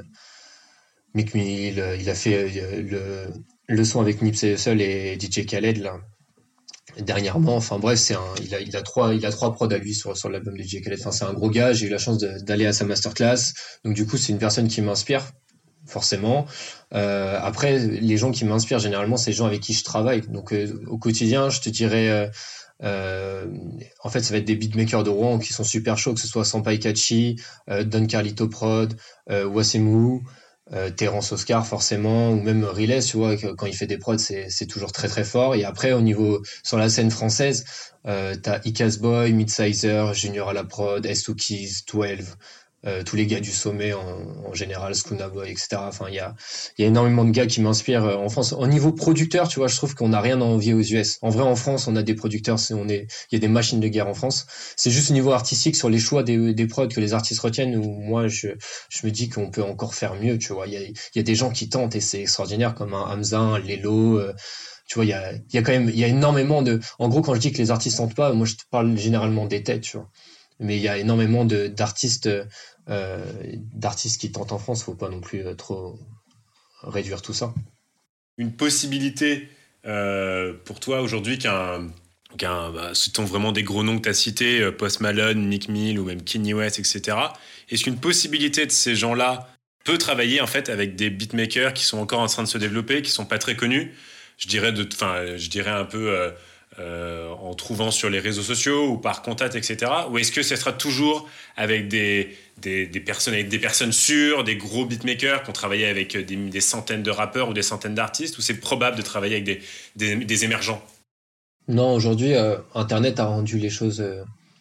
Meek Mill, euh, il a fait euh, le, le son avec Nipsey Hussle et D J Khaled là dernièrement. Enfin bref, c'est un, il a, il a trois, il a trois prods à lui sur sur l'album de D J Khaled. Enfin c'est un gros gars. J'ai eu la chance de, d'aller à sa masterclass, donc du coup c'est une personne qui m'inspire. Forcément. Euh, après, les gens qui m'inspirent généralement, c'est les gens avec qui je travaille. Donc, euh, au quotidien, je te dirais, euh, euh, en fait, ça va être des beatmakers de Rouen qui sont super chauds, que ce soit Sampai Kachi, euh, Don Carlito Prod, euh, Wasemu, euh, Terence Oscar forcément, ou même Riles, tu vois, quand il fait des prods, c'est, c'est toujours très très fort. Et après, au niveau sur la scène française, euh, t'as Icaz Boy, Midsizer, Junior à la prod, S deux Keys, douze. Euh, tous les gars du sommet en, en général, Skuna Boy, et cetera. Enfin, il y a, il y a énormément de gars qui m'inspirent euh, en France. Au niveau producteur, tu vois, je trouve qu'on n'a rien à envier aux U S. En vrai, en France, on a des producteurs, c'est, on est, il y a des machines de guerre en France. C'est juste au niveau artistique, sur les choix des, des prods que les artistes retiennent, où moi, je, je me dis qu'on peut encore faire mieux, tu vois. Il y a, il y a des gens qui tentent et c'est extraordinaire, comme un Hamza, un Lelo, euh, tu vois, il y a, il y a quand même, il y a énormément de, en gros, quand je dis que les artistes tentent pas, moi, je te parle généralement des têtes, tu vois. Mais il y a énormément de, d'artistes, euh, d'artistes qui tentent en France. Faut pas non plus euh, trop réduire tout ça. Une possibilité euh, pour toi aujourd'hui qu'un, qu'un bah, citons vraiment des gros noms que tu as cités, euh, Post Malone, Meek Mill ou même Kanye West, et cetera. Est-ce qu'une possibilité de ces gens-là peut travailler en fait avec des beatmakers qui sont encore en train de se développer, qui sont pas très connus? Je dirais de, enfin, je dirais un peu. Euh, Euh, en trouvant sur les réseaux sociaux ou par contact, et cetera. Ou est-ce que ce sera toujours avec des, des, des, personnes, avec des personnes sûres, des gros beatmakers qui ont travaillé avec des, des centaines de rappeurs ou des centaines d'artistes, ou c'est probable de travailler avec des, des, des émergents? Non, aujourd'hui, euh, Internet a rendu les choses, euh,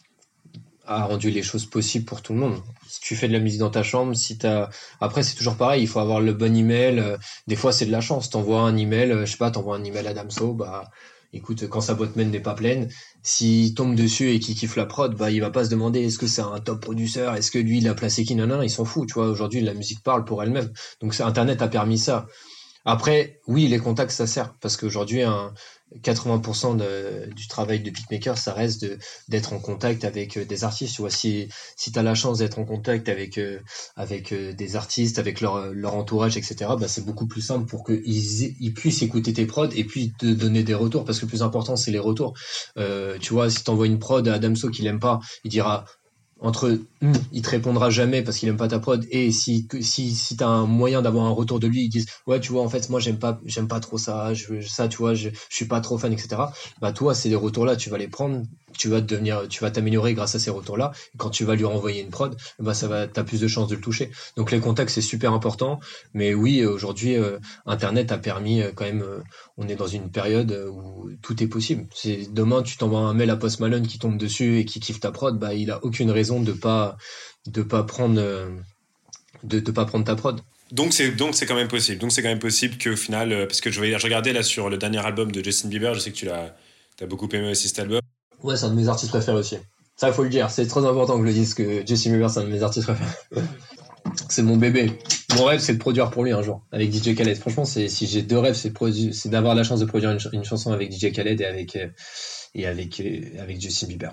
a rendu les choses possibles pour tout le monde. Si tu fais de la musique dans ta chambre, si t'as, après c'est toujours pareil, il faut avoir le bon email. Euh, des fois c'est de la chance. T'envoies un email, euh, je sais pas, t'envoies un email à Damso, bah écoute, quand sa boîte mail n'est pas pleine, s'il tombe dessus et qu'il kiffe la prod, bah il va pas se demander est-ce que c'est un top producteur, est-ce que lui il a placé qui, non non, il s'en fout, tu vois. Aujourd'hui la musique parle pour elle-même, donc ça, Internet a permis ça. Après, oui, les contacts ça sert parce qu'aujourd'hui un quatre-vingts pour cent de, du travail de beatmaker, ça reste de, d'être en contact avec des artistes. Tu vois, si, si tu as la chance d'être en contact avec, avec des artistes, avec leur, leur entourage, et cetera, bah, c'est beaucoup plus simple pour qu'ils ils puissent écouter tes prods et puis te donner des retours. Parce que le plus important, c'est les retours. Euh, tu vois, si tu envoies une prod à Damso qu'il aime pas, il dira... entre hum, il te répondra jamais parce qu'il aime pas ta prod, et si si si t'as un moyen d'avoir un retour de lui, ils disent ouais tu vois en fait moi j'aime pas j'aime pas trop ça, je ça tu vois je, je suis pas trop fan, etc. Bah toi ces retours là tu vas les prendre, tu vas devenir tu vas t'améliorer grâce à ces retours là, et quand tu vas lui renvoyer une prod, bah ça va t'as plus de chances de le toucher. Donc les contacts c'est super important, mais oui aujourd'hui euh, Internet a permis euh, quand même euh, on est dans une période où tout est possible. C'est demain tu t'envoies un mail à Post Malone qui tombe dessus et qui kiffe ta prod, bah il a aucune raison de pas de pas prendre de, de pas prendre ta prod. Donc c'est donc c'est quand même possible. Donc c'est quand même possible qu'au final, parce que je vais je regardais là sur le dernier album de Justin Bieber, je sais que tu l'as t'as beaucoup aimé aussi cet album. Ouais, c'est un de mes artistes préférés aussi. Ça faut le dire, c'est très important que je le dise que Justin Bieber c'est un de mes artistes préférés. C'est mon bébé. Mon rêve c'est de produire pour lui un jour avec D J Khaled. Franchement, c'est si j'ai deux rêves, c'est de produire, c'est d'avoir la chance de produire une, une chanson avec D J Khaled et avec et avec avec Justin Bieber.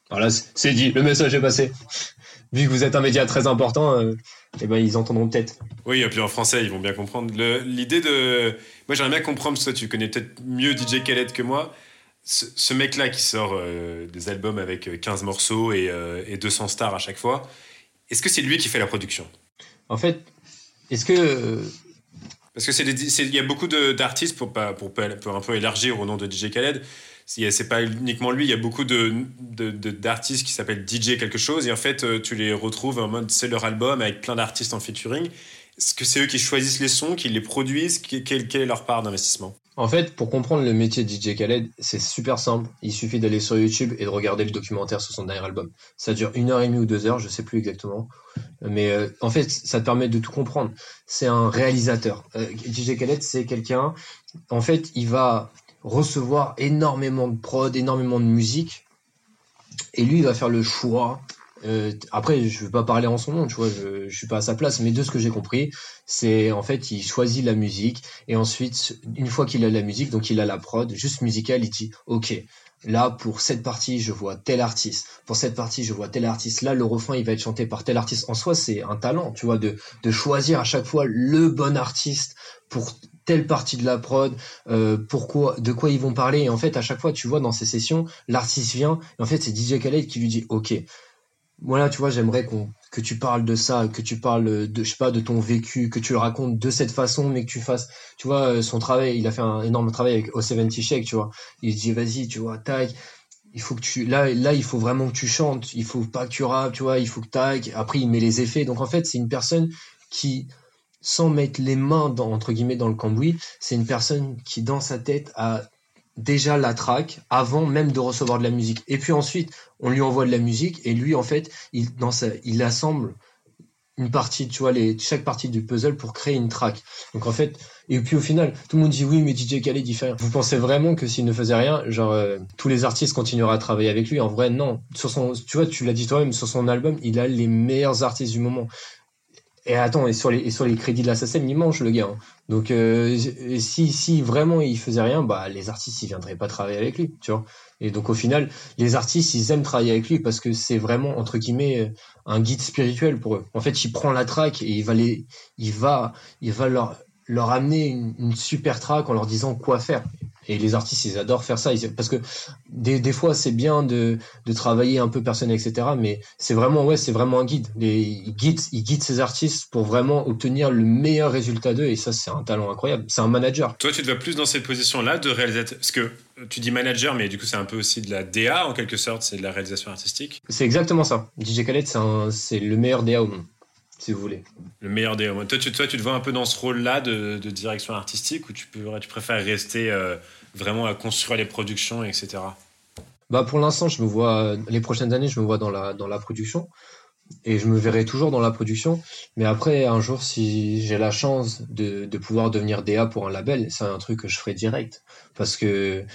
Voilà, c'est c'est dit, le message est passé. Vu que vous êtes un média très important, euh, eh ben, ils entendront peut-être. Oui, et puis en français, ils vont bien comprendre. Le- L'idée de... Moi, j'aimerais bien comprendre, parce que toi, tu connais peut-être mieux D J Khaled que moi. Ce, ce mec-là qui sort euh, des albums avec quinze morceaux et, euh, et deux cents stars à chaque fois, est-ce que c'est lui qui fait la production? En fait, est-ce que... euh, Parce que c'est des- c'est- il y a beaucoup de- d'artistes, pour, pas- pour, pas- pour un peu élargir au nom de D J Khaled, c'est c'est pas uniquement lui, il y a beaucoup de, de- de- d'artistes qui s'appellent D J quelque chose, et en fait, euh, tu les retrouves en mode, c'est leur album avec plein d'artistes en featuring. Est-ce que c'est eux qui choisissent les sons, qui les produisent? Qui- Quelle, quelle est leur part d'investissement? En fait, pour comprendre le métier de D J Khaled, c'est super simple. Il suffit d'aller sur YouTube et de regarder le documentaire sur son dernier album. Ça dure une heure et demie ou deux heures, je sais plus exactement. Mais euh, en fait, ça te permet de tout comprendre. C'est un réalisateur. Euh, D J Khaled, c'est quelqu'un. En fait, il va recevoir énormément de prod, énormément de musique, et lui, il va faire le choix. Euh, après, je vais pas parler en son nom, tu vois, je, je suis pas à sa place, mais de ce que j'ai compris, c'est en fait, il choisit la musique et ensuite, une fois qu'il a la musique, donc il a la prod, juste musicale, il dit, ok, là pour cette partie, je vois tel artiste, pour cette partie, je vois tel artiste, là le refrain, il va être chanté par tel artiste. En soi, c'est un talent, tu vois, de de choisir à chaque fois le bon artiste pour telle partie de la prod, euh, pourquoi, de quoi ils vont parler. Et en fait, à chaque fois, tu vois, dans ces sessions, l'artiste vient, et en fait, c'est D J Khaled qui lui dit, ok, voilà, tu vois, j'aimerais qu'on, que tu parles de ça, que tu parles de, je sais pas, de ton vécu, que tu le racontes de cette façon, mais que tu fasses, tu vois, euh, son travail, il a fait un énorme travail avec O soixante Shake, tu vois. Il se dit, vas-y, tu vois, tac, il faut que tu, là, là, il faut vraiment que tu chantes, il faut pas que tu rappes, tu vois, il faut que tac, après, il met les effets. Donc, en fait, c'est une personne qui, sans mettre les mains dans, entre guillemets, dans le cambouis, c'est une personne qui, dans sa tête, a déjà la track avant même de recevoir de la musique. Et puis ensuite, on lui envoie de la musique et lui, en fait, il, dans sa, il assemble une partie, tu vois, les, chaque partie du puzzle pour créer une track. Donc en fait, et puis au final, tout le monde dit oui, mais D J Khaled, il fait rien. Vous pensez vraiment que s'il ne faisait rien, genre, euh, tous les artistes continueraient à travailler avec lui? En vrai, non. Sur son, tu vois, tu l'as dit toi-même, sur son album, il a les meilleurs artistes du moment. Et attends, et sur les, et sur les crédits de l'Assassin, il mange le gars. Hein. Donc, euh, si, si vraiment il faisait rien, bah, les artistes, ils viendraient pas travailler avec lui, tu vois. Et donc, au final, les artistes, ils aiment travailler avec lui parce que c'est vraiment, entre guillemets, un guide spirituel pour eux. En fait, il prend la track et il va les, il va, il va leur, leur amener une, une super track en leur disant quoi faire. Et les artistes, ils adorent faire ça. Ils, parce que des, des fois, c'est bien de, de travailler un peu personnel, et cetera. Mais c'est vraiment, ouais, c'est vraiment un guide. Les, il guide, il guide ces artistes pour vraiment obtenir le meilleur résultat d'eux. Et ça, c'est un talent incroyable. C'est un manager. Toi, tu te vas plus dans cette position-là de réalisateur. Parce que tu dis manager, mais du coup, c'est un peu aussi de la D A en quelque sorte. C'est de la réalisation artistique. C'est exactement ça. D J Khaled, c'est, un, c'est le meilleur D A au monde, si vous voulez. Le meilleur D A au monde. Toi, tu, toi, tu te vois un peu dans ce rôle-là de, de direction artistique ou tu, peux, tu préfères rester euh, vraiment à construire les productions, et cetera. Bah pour l'instant, je me vois les prochaines années, je me vois dans la dans la production et je me verrai toujours dans la production. Mais après, un jour, si j'ai la chance de de pouvoir devenir D A pour un label, c'est un truc que je ferai direct parce que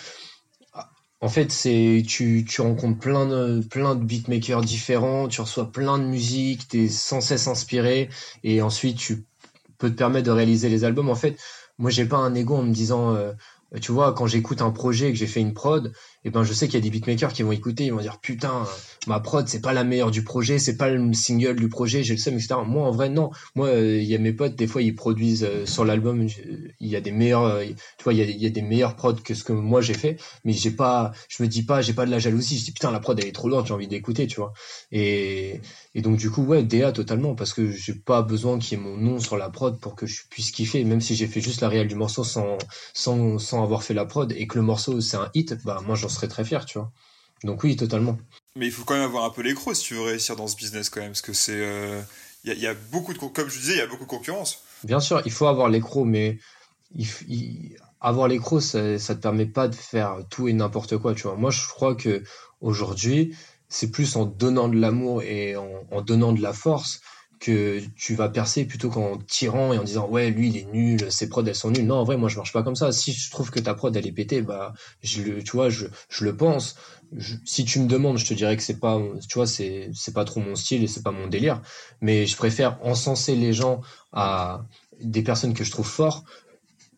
en fait, c'est tu tu rencontres plein de plein de beatmakers différents, tu reçois plein de musique, t'es sans cesse inspiré et ensuite tu peux te permettre de réaliser les albums. En fait, moi, j'ai pas un ego en me disant euh, tu vois, quand j'écoute un projet et que j'ai fait une prod, et ben je sais qu'il y a des beatmakers qui vont écouter, ils vont dire putain, ma prod c'est pas la meilleure du projet, c'est pas le single du projet, j'ai le seum, et cetera. Moi en vrai non, moi il euh, y a mes potes, des fois ils produisent euh, sur l'album, il y a des meilleurs, euh, tu vois, il y a, y a des meilleurs prods que ce que moi j'ai fait, mais j'ai pas, je me dis pas, j'ai pas de la jalousie, je dis putain la prod elle est trop lourde, j'ai envie d'écouter, tu vois. Et et donc du coup ouais D A totalement parce que j'ai pas besoin qu'il y ait mon nom sur la prod pour que je puisse kiffer, même si j'ai fait juste la réal du morceau sans sans sans avoir fait la prod et que le morceau c'est un hit, bah moi j'en serais très fier, tu vois. Donc oui, totalement. Mais il faut quand même avoir un peu les crocs si tu veux réussir dans ce business quand même, parce que c'est, il euh, y, a, y a beaucoup de, comme je disais, il y a beaucoup de concurrence. Bien sûr, il faut avoir les crocs, mais il, il, avoir les crocs, ça, ça te permet pas de faire tout et n'importe quoi, tu vois. Moi, je crois que aujourd'hui, c'est plus en donnant de l'amour et en, en donnant de la force que tu vas percer plutôt qu'en tirant et en disant ouais lui il est nul, ses prods elles sont nulles. Non en vrai moi je marche pas comme ça. Si je trouve que ta prod elle est pétée, bah je le tu vois je je le pense. Je, si tu me demandes je te dirais que c'est pas tu vois c'est c'est pas trop mon style et c'est pas mon délire. Mais je préfère encenser les gens à des personnes que je trouve forts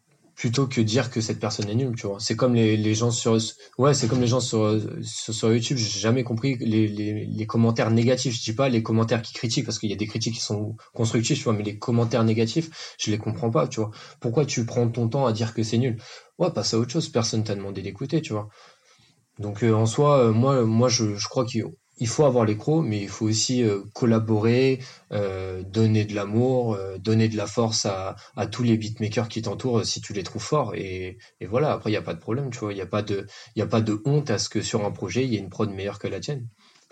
plutôt que dire que cette personne est nulle, tu vois. C'est comme les, les gens sur, ouais, c'est comme les gens sur, sur, sur YouTube, j'ai jamais compris les, les, les commentaires négatifs. Je dis pas les commentaires qui critiquent, parce qu'il y a des critiques qui sont constructives, tu vois, mais les commentaires négatifs, je les comprends pas, tu vois. Pourquoi tu prends ton temps à dire que c'est nul? Ouais, passe à autre chose, personne t'a demandé d'écouter, tu vois. Donc, euh, en soi, euh, moi, moi, je, je crois qu'il il faut avoir les crocs, mais il faut aussi euh, collaborer, euh, donner de l'amour, euh, donner de la force à, à tous les beatmakers qui t'entourent euh, si tu les trouves forts. Et, et voilà, après, il n'y a pas de problème, tu vois. Il n'y a pas de, il y a pas de honte à ce que sur un projet, il y ait une prod meilleure que la tienne.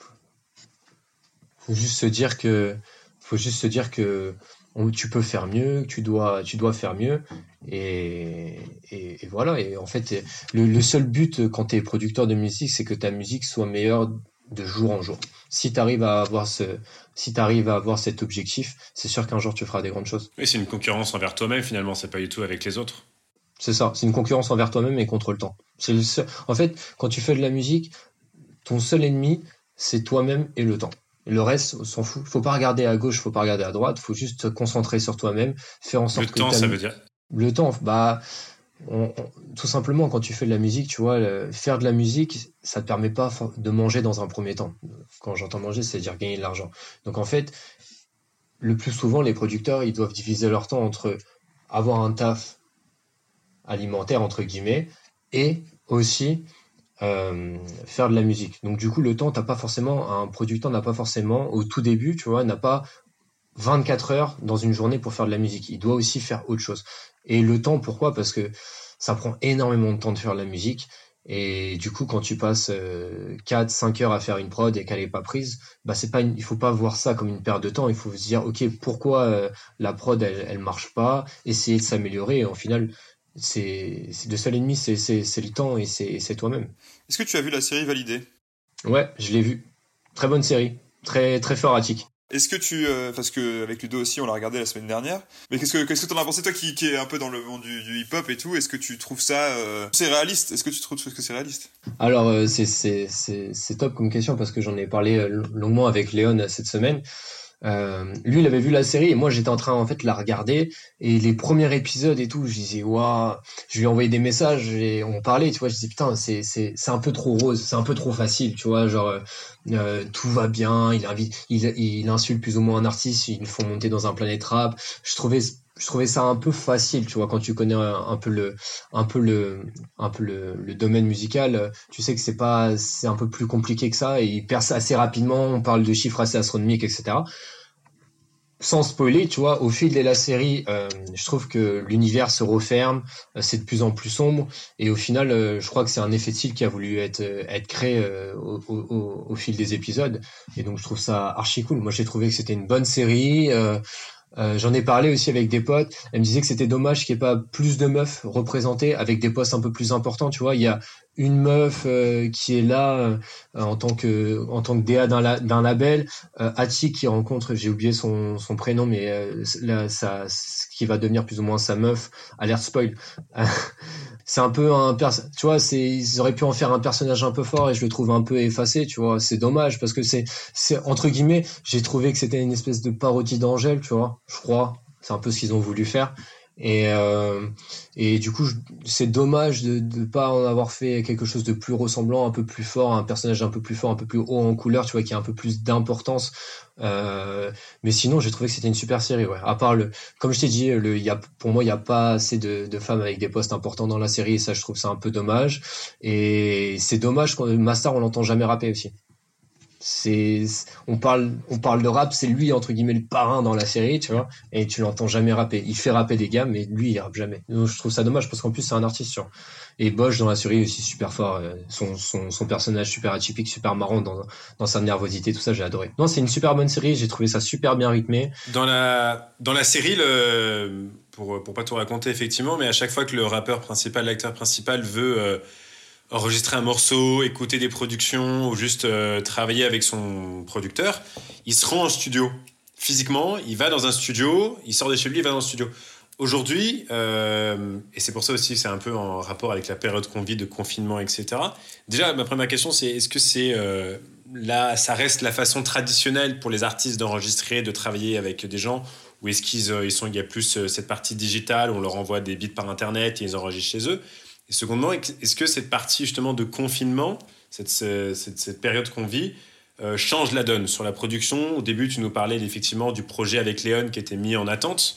Faut juste se dire que, faut juste se dire que on- tu peux faire mieux, que tu dois, tu dois faire mieux. Et, et, et voilà. Et en fait, le, le seul but euh, quand tu es producteur de musique, c'est que ta musique soit meilleure de jour en jour. Si tu arrives à avoir ce, si tu arrives à avoir cet objectif, c'est sûr qu'un jour tu feras des grandes choses. Oui, c'est une concurrence envers toi-même finalement, c'est pas du tout avec les autres. C'est ça. C'est une concurrence envers toi-même et contre le temps. C'est le seul- En fait, quand tu fais de la musique, ton seul ennemi, c'est toi-même et le temps. Et le reste, on s'en fout. Faut pas regarder à gauche, faut pas regarder à droite. Faut juste te concentrer sur toi-même, faire en Le sorte que temps, ta ça mu- veut dire. le temps, bah, on- on- tout simplement, quand tu fais de la musique, tu vois, le- faire de la musique, ça te permet pas for- de manger dans un premier temps. Quand j'entends manger, c'est-à-dire gagner de l'argent. Donc en fait, le plus souvent, les producteurs, ils doivent diviser leur temps entre avoir un taf alimentaire, entre guillemets, et aussi euh, faire de la musique. Donc du coup, le temps, t'as pas forcément, un producteur n'a pas forcément, au tout début, tu vois, n'a pas vingt-quatre heures dans une journée pour faire de la musique. Il doit aussi faire autre chose. Et le temps, pourquoi? Parce que ça prend énormément de temps de faire de la musique. Et du coup, quand tu passes euh, quatre cinq heures à faire une prod et qu'elle est pas prise, bah c'est pas une- il faut pas voir ça comme une perte de temps. Il faut se dire, ok, pourquoi euh, la prod elle, elle marche pas? Essayer de s'améliorer. Et au final, c'est c'est le seul ennemi, c'est c'est c'est le temps et c'est et c'est toi-même. Est-ce que tu as vu la série Validée? Ouais, je l'ai vu. Très bonne série, très très fort Attic. Est-ce que tu, euh, parce que avec Ludo aussi, on l'a regardé la semaine dernière. Mais qu'est-ce que qu'est-ce que t'en as pensé toi qui qui est un peu dans le monde du, du hip-hop et tout? Est-ce que tu trouves ça, euh, c'est réaliste? Est-ce que tu trouves que c'est réaliste? Alors euh, c'est c'est c'est c'est top comme question parce que j'en ai parlé euh, longuement avec Léon euh, cette semaine. Euh, lui, il avait vu la série et moi, j'étais en train en fait de la regarder et les premiers épisodes et tout, je disais waouh, je lui ai envoyé des messages et on parlait, tu vois, je disais putain, c'est c'est c'est un peu trop rose, c'est un peu trop facile, tu vois, genre euh, euh, tout va bien, il invite, il il insulte plus ou moins un artiste, ils le font monter dans un planète rap. Je trouvais je trouvais ça un peu facile, tu vois, quand tu connais un, un peu le un peu le un peu le, le domaine musical, tu sais que c'est pas c'est un peu plus compliqué que ça et il perce assez rapidement, on parle de chiffres assez astronomiques, et cetera. Sans spoiler, tu vois, au fil de la série, euh, je trouve que l'univers se referme, euh, c'est de plus en plus sombre, et au final, euh, je crois que c'est un effet de style qui a voulu être euh, être créé euh, au, au, au fil des épisodes, et donc je trouve ça archi cool. Moi, j'ai trouvé que c'était une bonne série. Euh, euh, j'en ai parlé aussi avec des potes. Elles me disaient que c'était dommage qu'il n'y ait pas plus de meufs représentées avec des postes un peu plus importants. Tu vois, il y a une meuf euh, qui est là euh, en tant que en tant que D A d'un, la, d'un label. Euh, Attic qui rencontre, j'ai oublié son, son prénom, mais euh, là, ça, ce qui va devenir plus ou moins sa meuf. Alerte spoil. C'est un peu un perso- tu vois, c'est ils auraient pu en faire un personnage un peu fort et je le trouve un peu effacé, tu vois. C'est dommage parce que c'est c'est entre guillemets, j'ai trouvé que c'était une espèce de parodie d'Angèle, tu vois. Je crois, c'est un peu ce qu'ils ont voulu faire. Et euh, et du coup, je- c'est dommage de de pas en avoir fait quelque chose de plus ressemblant, un peu plus fort, un personnage un peu plus fort, un peu plus haut en couleur, tu vois, qui a un peu plus d'importance. Euh, mais sinon, j'ai trouvé que c'était une super série, ouais. À part le, comme je t'ai dit, le, il y a, pour moi, il y a pas assez de, de femmes avec des postes importants dans la série, et ça, je trouve ça un peu dommage. Et c'est dommage qu'on, Mastar, on l'entend jamais rapper aussi. C'est, on parle, on parle de rap, c'est lui, entre guillemets, le parrain dans la série, tu vois, et tu l'entends jamais rapper. Il fait rapper des gars, mais lui, il rappe jamais. Donc, je trouve ça dommage parce qu'en plus, c'est un artiste, tu vois. Et Bosch dans la série aussi super fort, euh, son, son, son personnage super atypique, super marrant dans, dans sa nervosité, tout ça, j'ai adoré. Non, c'est une super bonne série, j'ai trouvé ça super bien rythmé. Dans la, dans la série, le, pour, pour pas tout raconter effectivement, mais à chaque fois que le rappeur principal, l'acteur principal veut euh, enregistrer un morceau, écouter des productions ou juste euh, travailler avec son producteur, il se rend en studio. Physiquement, il va dans un studio, il sort de chez lui, il va dans le studio. Aujourd'hui, euh, et c'est pour ça aussi que c'est un peu en rapport avec la période qu'on vit de confinement, et cetera. Déjà, ma première question, c'est est-ce que c'est euh, là, ça reste la façon traditionnelle pour les artistes d'enregistrer, de travailler avec des gens, Ou est-ce qu'ils euh, ils sont, il y a plus euh, cette partie digitale, on leur envoie des beats par Internet et ils enregistrent chez eux? Et secondement, est-ce que cette partie justement de confinement, cette, cette, cette période qu'on vit, euh, change la donne sur la production? Au début, tu nous parlais effectivement du projet avec Léon qui était mis en attente.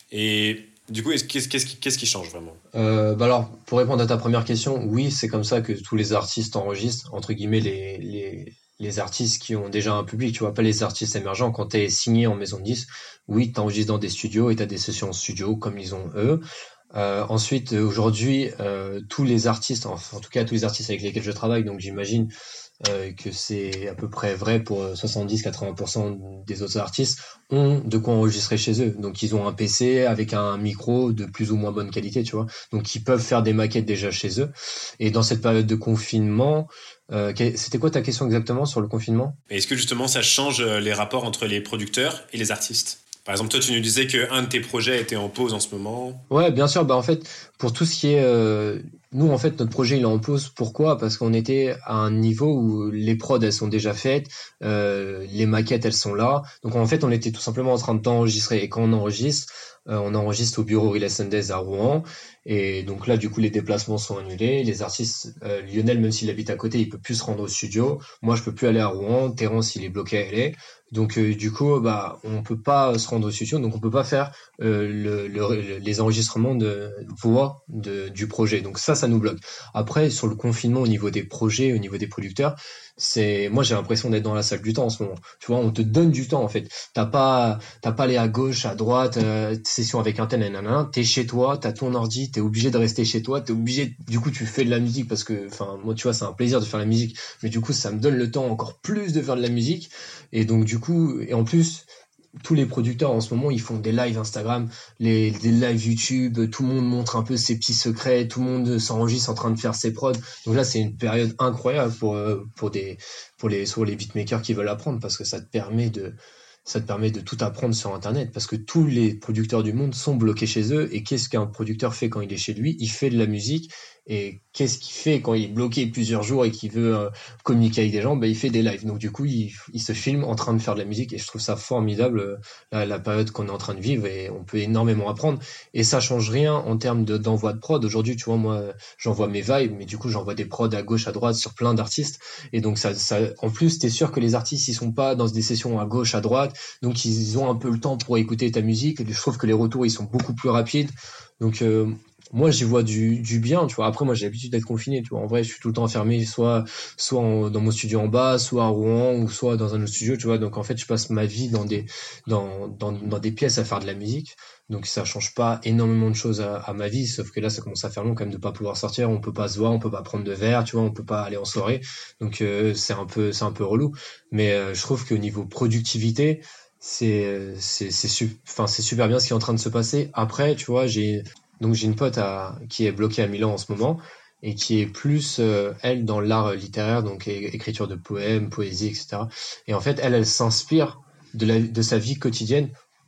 Et du coup, est-ce, qu'est-ce, qu'est-ce, qui, qu'est-ce qui change vraiment? Euh, bah alors, pour répondre à ta première question, oui, c'est comme ça que tous les artistes enregistrent, entre guillemets, les, les, les artistes qui ont déjà un public, tu vois, pas les artistes émergents. Quand t'es signé en maison de disques, oui, t'enregistres dans des studios et t'as des sessions en studio comme ils ont eux. Euh, ensuite, aujourd'hui, euh, tous les artistes, enfin, en tout cas tous les artistes avec lesquels je travaille, donc j'imagine euh, que c'est à peu près vrai pour soixante-dix à quatre-vingts pour cent des autres artistes, ont de quoi enregistrer chez eux. Donc ils ont un P C avec un micro de plus ou moins bonne qualité, tu vois. Donc ils peuvent faire des maquettes déjà chez eux. Et dans cette période de confinement, euh, c'était quoi ta question exactement sur le confinement? Est-ce que justement ça change les rapports entre les producteurs et les artistes? Par exemple, toi, tu nous disais qu'un de tes projets était en pause en ce moment. Ouais, bien sûr. Bah, en fait, pour tout ce qui est... Euh, nous, en fait, notre projet, il est en pause. Pourquoi? Parce qu'on était à un niveau où les prods, elles sont déjà faites, euh, les maquettes, elles sont là. Donc, en fait, on était tout simplement en train d'enregistrer. Et quand on enregistre, euh, on enregistre au bureau Relay Sundays à Rouen. Et donc là, du coup, les déplacements sont annulés. Les artistes, euh, Lionel, même s'il habite à côté, il peut plus se rendre au studio. Moi, je peux plus aller à Rouen. Terence, il est bloqué à L A. Donc euh, du coup, bah, on peut pas se rendre au studio, donc on peut pas faire euh, le, le, les enregistrements de voix de, du projet. Donc ça, ça nous bloque. Après, sur le confinement, au niveau des projets, au niveau des producteurs, c'est, moi j'ai l'impression d'être dans la salle du temps en ce moment. Tu vois, on te donne du temps en fait. T'as pas, t'as pas aller à gauche, à droite, euh, session avec un tel, nanana. T'es chez toi, t'as ton ordi, t'es obligé de rester chez toi, t'es obligé. Du coup, tu fais de la musique parce que, enfin, moi, tu vois, c'est un plaisir de faire la musique, mais du coup, ça me donne le temps encore plus de faire de la musique. Et donc du coup, et en plus, tous les producteurs en ce moment, ils font des lives Instagram, les, des lives YouTube, tout le monde montre un peu ses petits secrets, tout le monde s'enregistre en train de faire ses prods. Donc là, c'est une période incroyable pour pour des pour les sur les beatmakers qui veulent apprendre parce que ça te permet de ça te permet de tout apprendre sur Internet parce que tous les producteurs du monde sont bloqués chez eux. Et qu'est-ce qu'un producteur fait quand il est chez lui? Il fait de la musique. Et qu'est-ce qu'il fait quand il est bloqué plusieurs jours et qu'il veut euh, communiquer avec des gens? Ben, il fait des lives. Donc du coup, il, il se filme en train de faire de la musique et je trouve ça formidable, euh, la, la période qu'on est en train de vivre et on peut énormément apprendre. Et ça change rien en termes de, d'envoi de prod. Aujourd'hui, tu vois, moi, j'envoie mes vibes, mais du coup, j'envoie des prods à gauche, à droite sur plein d'artistes. Et donc ça, ça en plus, t'es sûr que les artistes, ils sont pas dans des sessions à gauche, à droite. Donc ils ont un peu le temps pour écouter ta musique. Et je trouve que les retours, ils sont beaucoup plus rapides. Donc euh, moi j'y vois du, du bien, tu vois. Après moi j'ai l'habitude d'être confiné, tu vois. En vrai je suis tout le temps enfermé, soit soit en, dans mon studio en bas, soit à Rouen ou soit dans un autre studio, tu vois. Donc en fait je passe ma vie dans des dans dans, dans des pièces à faire de la musique. Donc ça change pas énormément de choses à, à ma vie, sauf que là ça commence à faire long quand même de pas pouvoir sortir, on peut pas se voir, on peut pas prendre de verre, tu vois, on peut pas aller en soirée. Donc euh, c'est un peu c'est un peu relou, mais euh, je trouve qu'au niveau productivité c'est c'est c'est su- enfin c'est super bien ce qui est en train de se passer. Après tu vois j'ai donc j'ai une pote à, qui est bloquée à Milan en ce moment et qui est plus euh, elle dans l'art littéraire, donc é- écriture de poèmes, poésie, et cetera. Et en fait elle elle s'inspire de la de sa vie quotidienne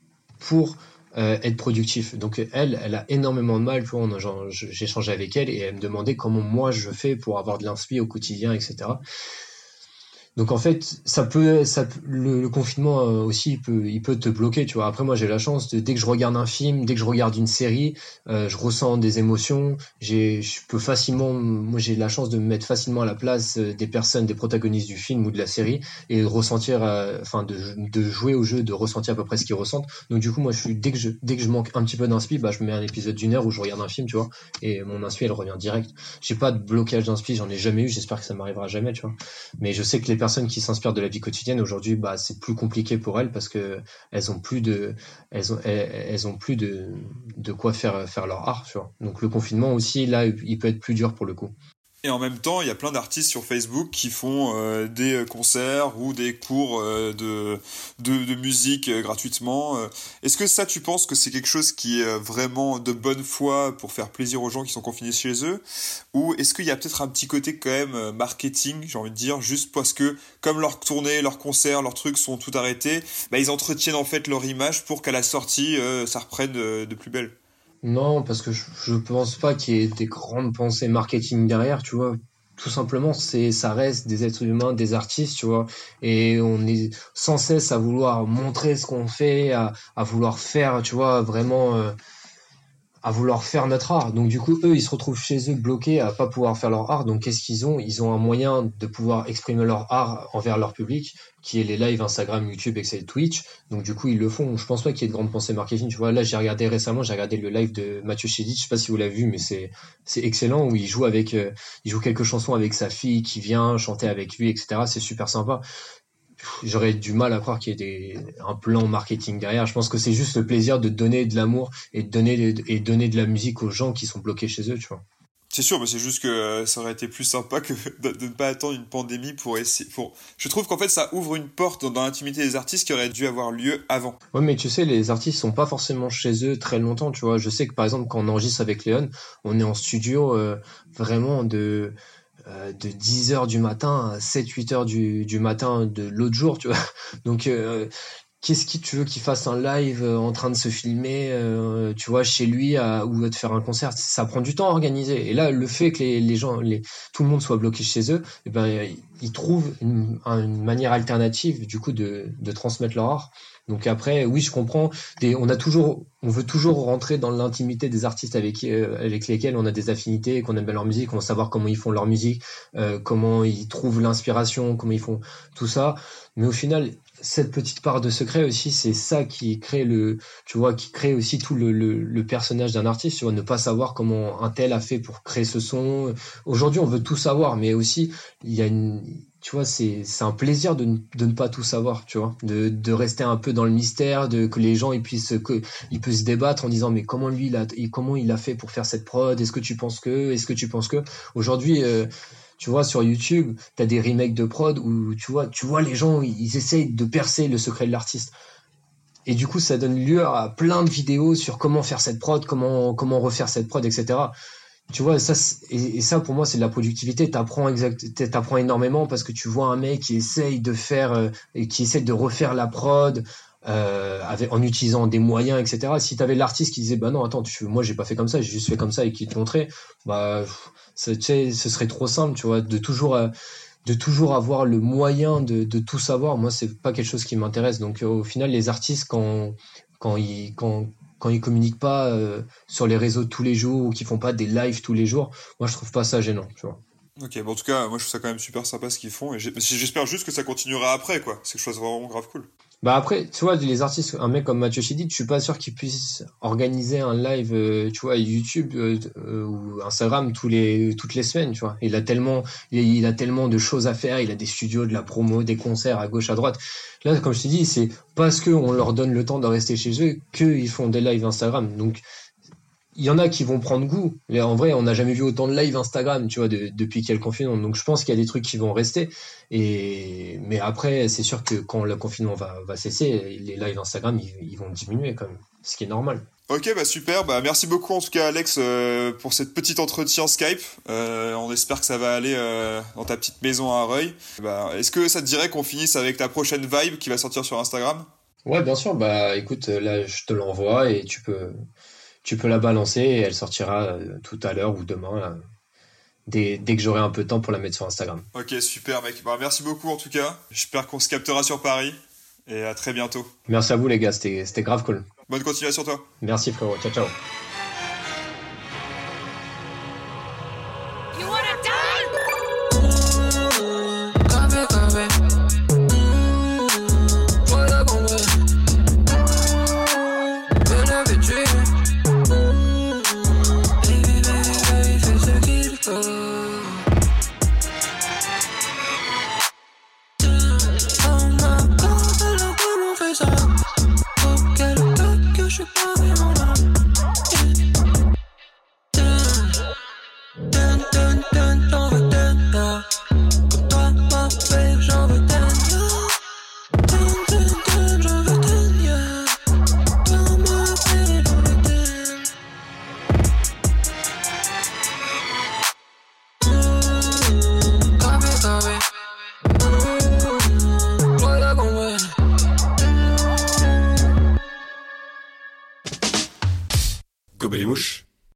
pour euh, être productif. Donc elle elle a énormément de mal, tu vois, on a, genre, je- j'ai échangé avec elle et elle me demandait comment moi je fais pour avoir de l'inspi au quotidien, et cetera. Donc en fait, ça peut, ça, peut- le, le confinement euh, aussi, il peut, il peut te bloquer, tu vois. Après, moi, j'ai la chance de, dès que je regarde un film, dès que je regarde une série, euh, je ressens des émotions. J'ai, je peux facilement, moi, j'ai la chance de me mettre facilement à la place euh, des personnes, des protagonistes du film ou de la série, et de ressentir, euh, enfin, de, de jouer au jeu, de ressentir à peu près ce qu'ils ressentent. Donc du coup, moi, je suis, dès que je, dès que je manque un petit peu d'inspi, bah, je me mets un épisode d'une heure où je regarde un film, tu vois, et mon inspi, elle revient direct. J'ai pas de blocage d'inspi, j'en ai jamais eu. J'espère que ça m'arrivera jamais, tu vois. Mais je sais que les personnes qui s'inspirent de la vie quotidienne aujourd'hui, bah c'est plus compliqué pour elles parce que elles ont plus de, elles ont, elles, elles ont plus de, de quoi faire faire leur art, tu vois. Donc le confinement aussi, là, il peut être plus dur pour le coup. Et en même temps, il y a plein d'artistes sur Facebook qui font euh, des concerts ou des cours euh, de, de, de musique euh, gratuitement. Euh, Est-ce que ça, tu penses que c'est quelque chose qui est vraiment de bonne foi pour faire plaisir aux gens qui sont confinés chez eux? Ou est-ce qu'il y a peut-être un petit côté quand même euh, marketing, j'ai envie de dire, juste parce que comme leurs tournées, leurs concerts, leurs trucs sont tout arrêtés, bah, ils entretiennent en fait leur image pour qu'à la sortie, euh, ça reprenne de, de plus belle? Non, parce que je, je pense pas qu'il y ait des grandes pensées marketing derrière, tu vois. tout simplement, c'est, ça reste des êtres humains, des artistes, tu vois, et on est sans cesse à vouloir montrer ce qu'on fait, à, à vouloir faire, tu vois, vraiment, euh, à vouloir faire notre art. Donc du coup, eux, ils se retrouvent chez eux bloqués à pas pouvoir faire leur art. Donc qu'est-ce qu'ils ont? Ils ont un moyen de pouvoir exprimer leur art envers leur public, qui est les lives Instagram, YouTube, et cetera, Twitch. Donc du coup, ils le font. Je pense pas qu'il y ait de grande pensée marketing. Tu vois, là, j'ai regardé récemment, j'ai regardé le live de Mathieu Chédid. Je sais pas si vous l'avez vu, mais c'est c'est excellent, où il joue avec, euh, il joue quelques chansons avec sa fille qui vient chanter avec lui, et cetera. C'est super sympa. J'aurais du mal à croire qu'il y ait des, un plan marketing derrière. Je pense que c'est juste le plaisir de donner de l'amour et de donner, et donner de la musique aux gens qui sont bloqués chez eux, tu vois. C'est sûr, mais c'est juste que ça aurait été plus sympa que de, de ne pas attendre une pandémie pour essayer. Pour... Je trouve qu'en fait, ça ouvre une porte dans, dans l'intimité des artistes qui aurait dû avoir lieu avant. Ouais, mais tu sais, les artistes sont pas forcément chez eux très longtemps, tu vois. Je sais que par exemple, quand on enregistre avec Léon, on est en studio euh, vraiment de... de dix heures du matin à sept huit heures du, du matin de l'autre jour, tu vois. Donc, euh, qu'est-ce qui tu veux qu'il fasse un live euh, en train de se filmer, euh, tu vois, chez lui à, ou de faire un concert? Ça prend du temps à organiser. Et là, le fait que les, les gens, les, tout le monde soit bloqué chez eux, eh ben, ils trouvent une, une manière alternative, du coup, de, de transmettre leur art. Donc après, oui, je comprends. Des, on a toujours, on veut toujours rentrer dans l'intimité des artistes avec euh, avec lesquels on a des affinités, qu'on aime bien leur musique, on veut savoir comment ils font leur musique, euh, comment ils trouvent l'inspiration, comment ils font tout ça. Mais au final, cette petite part de secret aussi, c'est ça qui crée le, tu vois, qui crée aussi tout le le, le personnage d'un artiste. Tu vois, ne pas savoir comment un tel a fait pour créer ce son. Aujourd'hui, on veut tout savoir, mais aussi il y a une tu vois, c'est c'est un plaisir de ne, de ne pas tout savoir, tu vois, de de rester un peu dans le mystère, de que les gens ils puissent que ils puissent se débattre en disant mais comment lui il a comment il a fait pour faire cette prod, est-ce que tu penses que est-ce que tu penses que aujourd'hui euh, tu vois, sur YouTube, t'as des remakes de prod où tu vois tu vois les gens ils essayent de percer le secret de l'artiste. Et du coup, ça donne lieu à plein de vidéos sur comment faire cette prod, comment comment refaire cette prod, et cetera. Tu vois, ça, et, et ça, pour moi, c'est de la productivité. T'apprends exact, t'apprends énormément parce que tu vois un mec qui essaye de faire, euh, et qui essaye de refaire la prod, euh, avec, en utilisant des moyens, et cetera. Si t'avais l'artiste qui disait, bah non, attends, tu, moi, j'ai pas fait comme ça, j'ai juste fait comme ça et qui te montrait, bah, ça, tu sais, ce serait trop simple, tu vois, de toujours, euh, de toujours avoir le moyen de, de tout savoir. Moi, c'est pas quelque chose qui m'intéresse. Donc, euh, au final, les artistes, quand, quand ils, quand, quand ils communiquent pas euh, sur les réseaux tous les jours ou qu'ils font pas des lives tous les jours, moi je trouve pas ça gênant, tu vois. Ok, bon en tout cas, moi je trouve ça quand même super sympa ce qu'ils font et j'espère juste que ça continuera après, quoi. C'est quelque chose de vraiment grave cool. Bah après, tu vois, les artistes, un mec comme Mathieu Chédid, je suis pas sûr qu'il puisse organiser un live, euh, tu vois, YouTube euh, euh, ou Instagram tous les toutes les semaines, tu vois. Il a tellement, il, il a tellement de choses à faire, il a des studios, de la promo, des concerts à gauche à droite. Là, comme je t'ai dit, c'est parce que on leur donne le temps de rester chez eux qu'ils font des lives Instagram. Donc il y en a qui vont prendre goût. Mais en vrai, on n'a jamais vu autant de live Instagram, tu vois, de, depuis qu'il y a le confinement. Donc, je pense qu'il y a des trucs qui vont rester. Et, mais après, c'est sûr que quand le confinement va, va cesser, les lives Instagram, ils, ils vont diminuer quand même. Ce qui est normal. Ok, bah super. Bah, merci beaucoup, en tout cas, Alex, euh, pour cette petite entretien Skype. Euh, on espère que ça va aller euh, dans ta petite maison à Arreuil. Bah, est-ce que ça te dirait qu'on finisse avec ta prochaine vibe qui va sortir sur Instagram? Ouais, bien sûr. Bah, écoute, là, je te l'envoie et tu peux... Tu peux la balancer et elle sortira tout à l'heure ou demain, là, dès, dès que j'aurai un peu de temps pour la mettre sur Instagram. Ok, super mec. Bah, merci beaucoup en tout cas. J'espère qu'on se captera sur Paris et à très bientôt. Merci à vous les gars, c'était, c'était grave cool. Bonne continuation toi. Merci frérot, ciao ciao. Gobelet Mouche.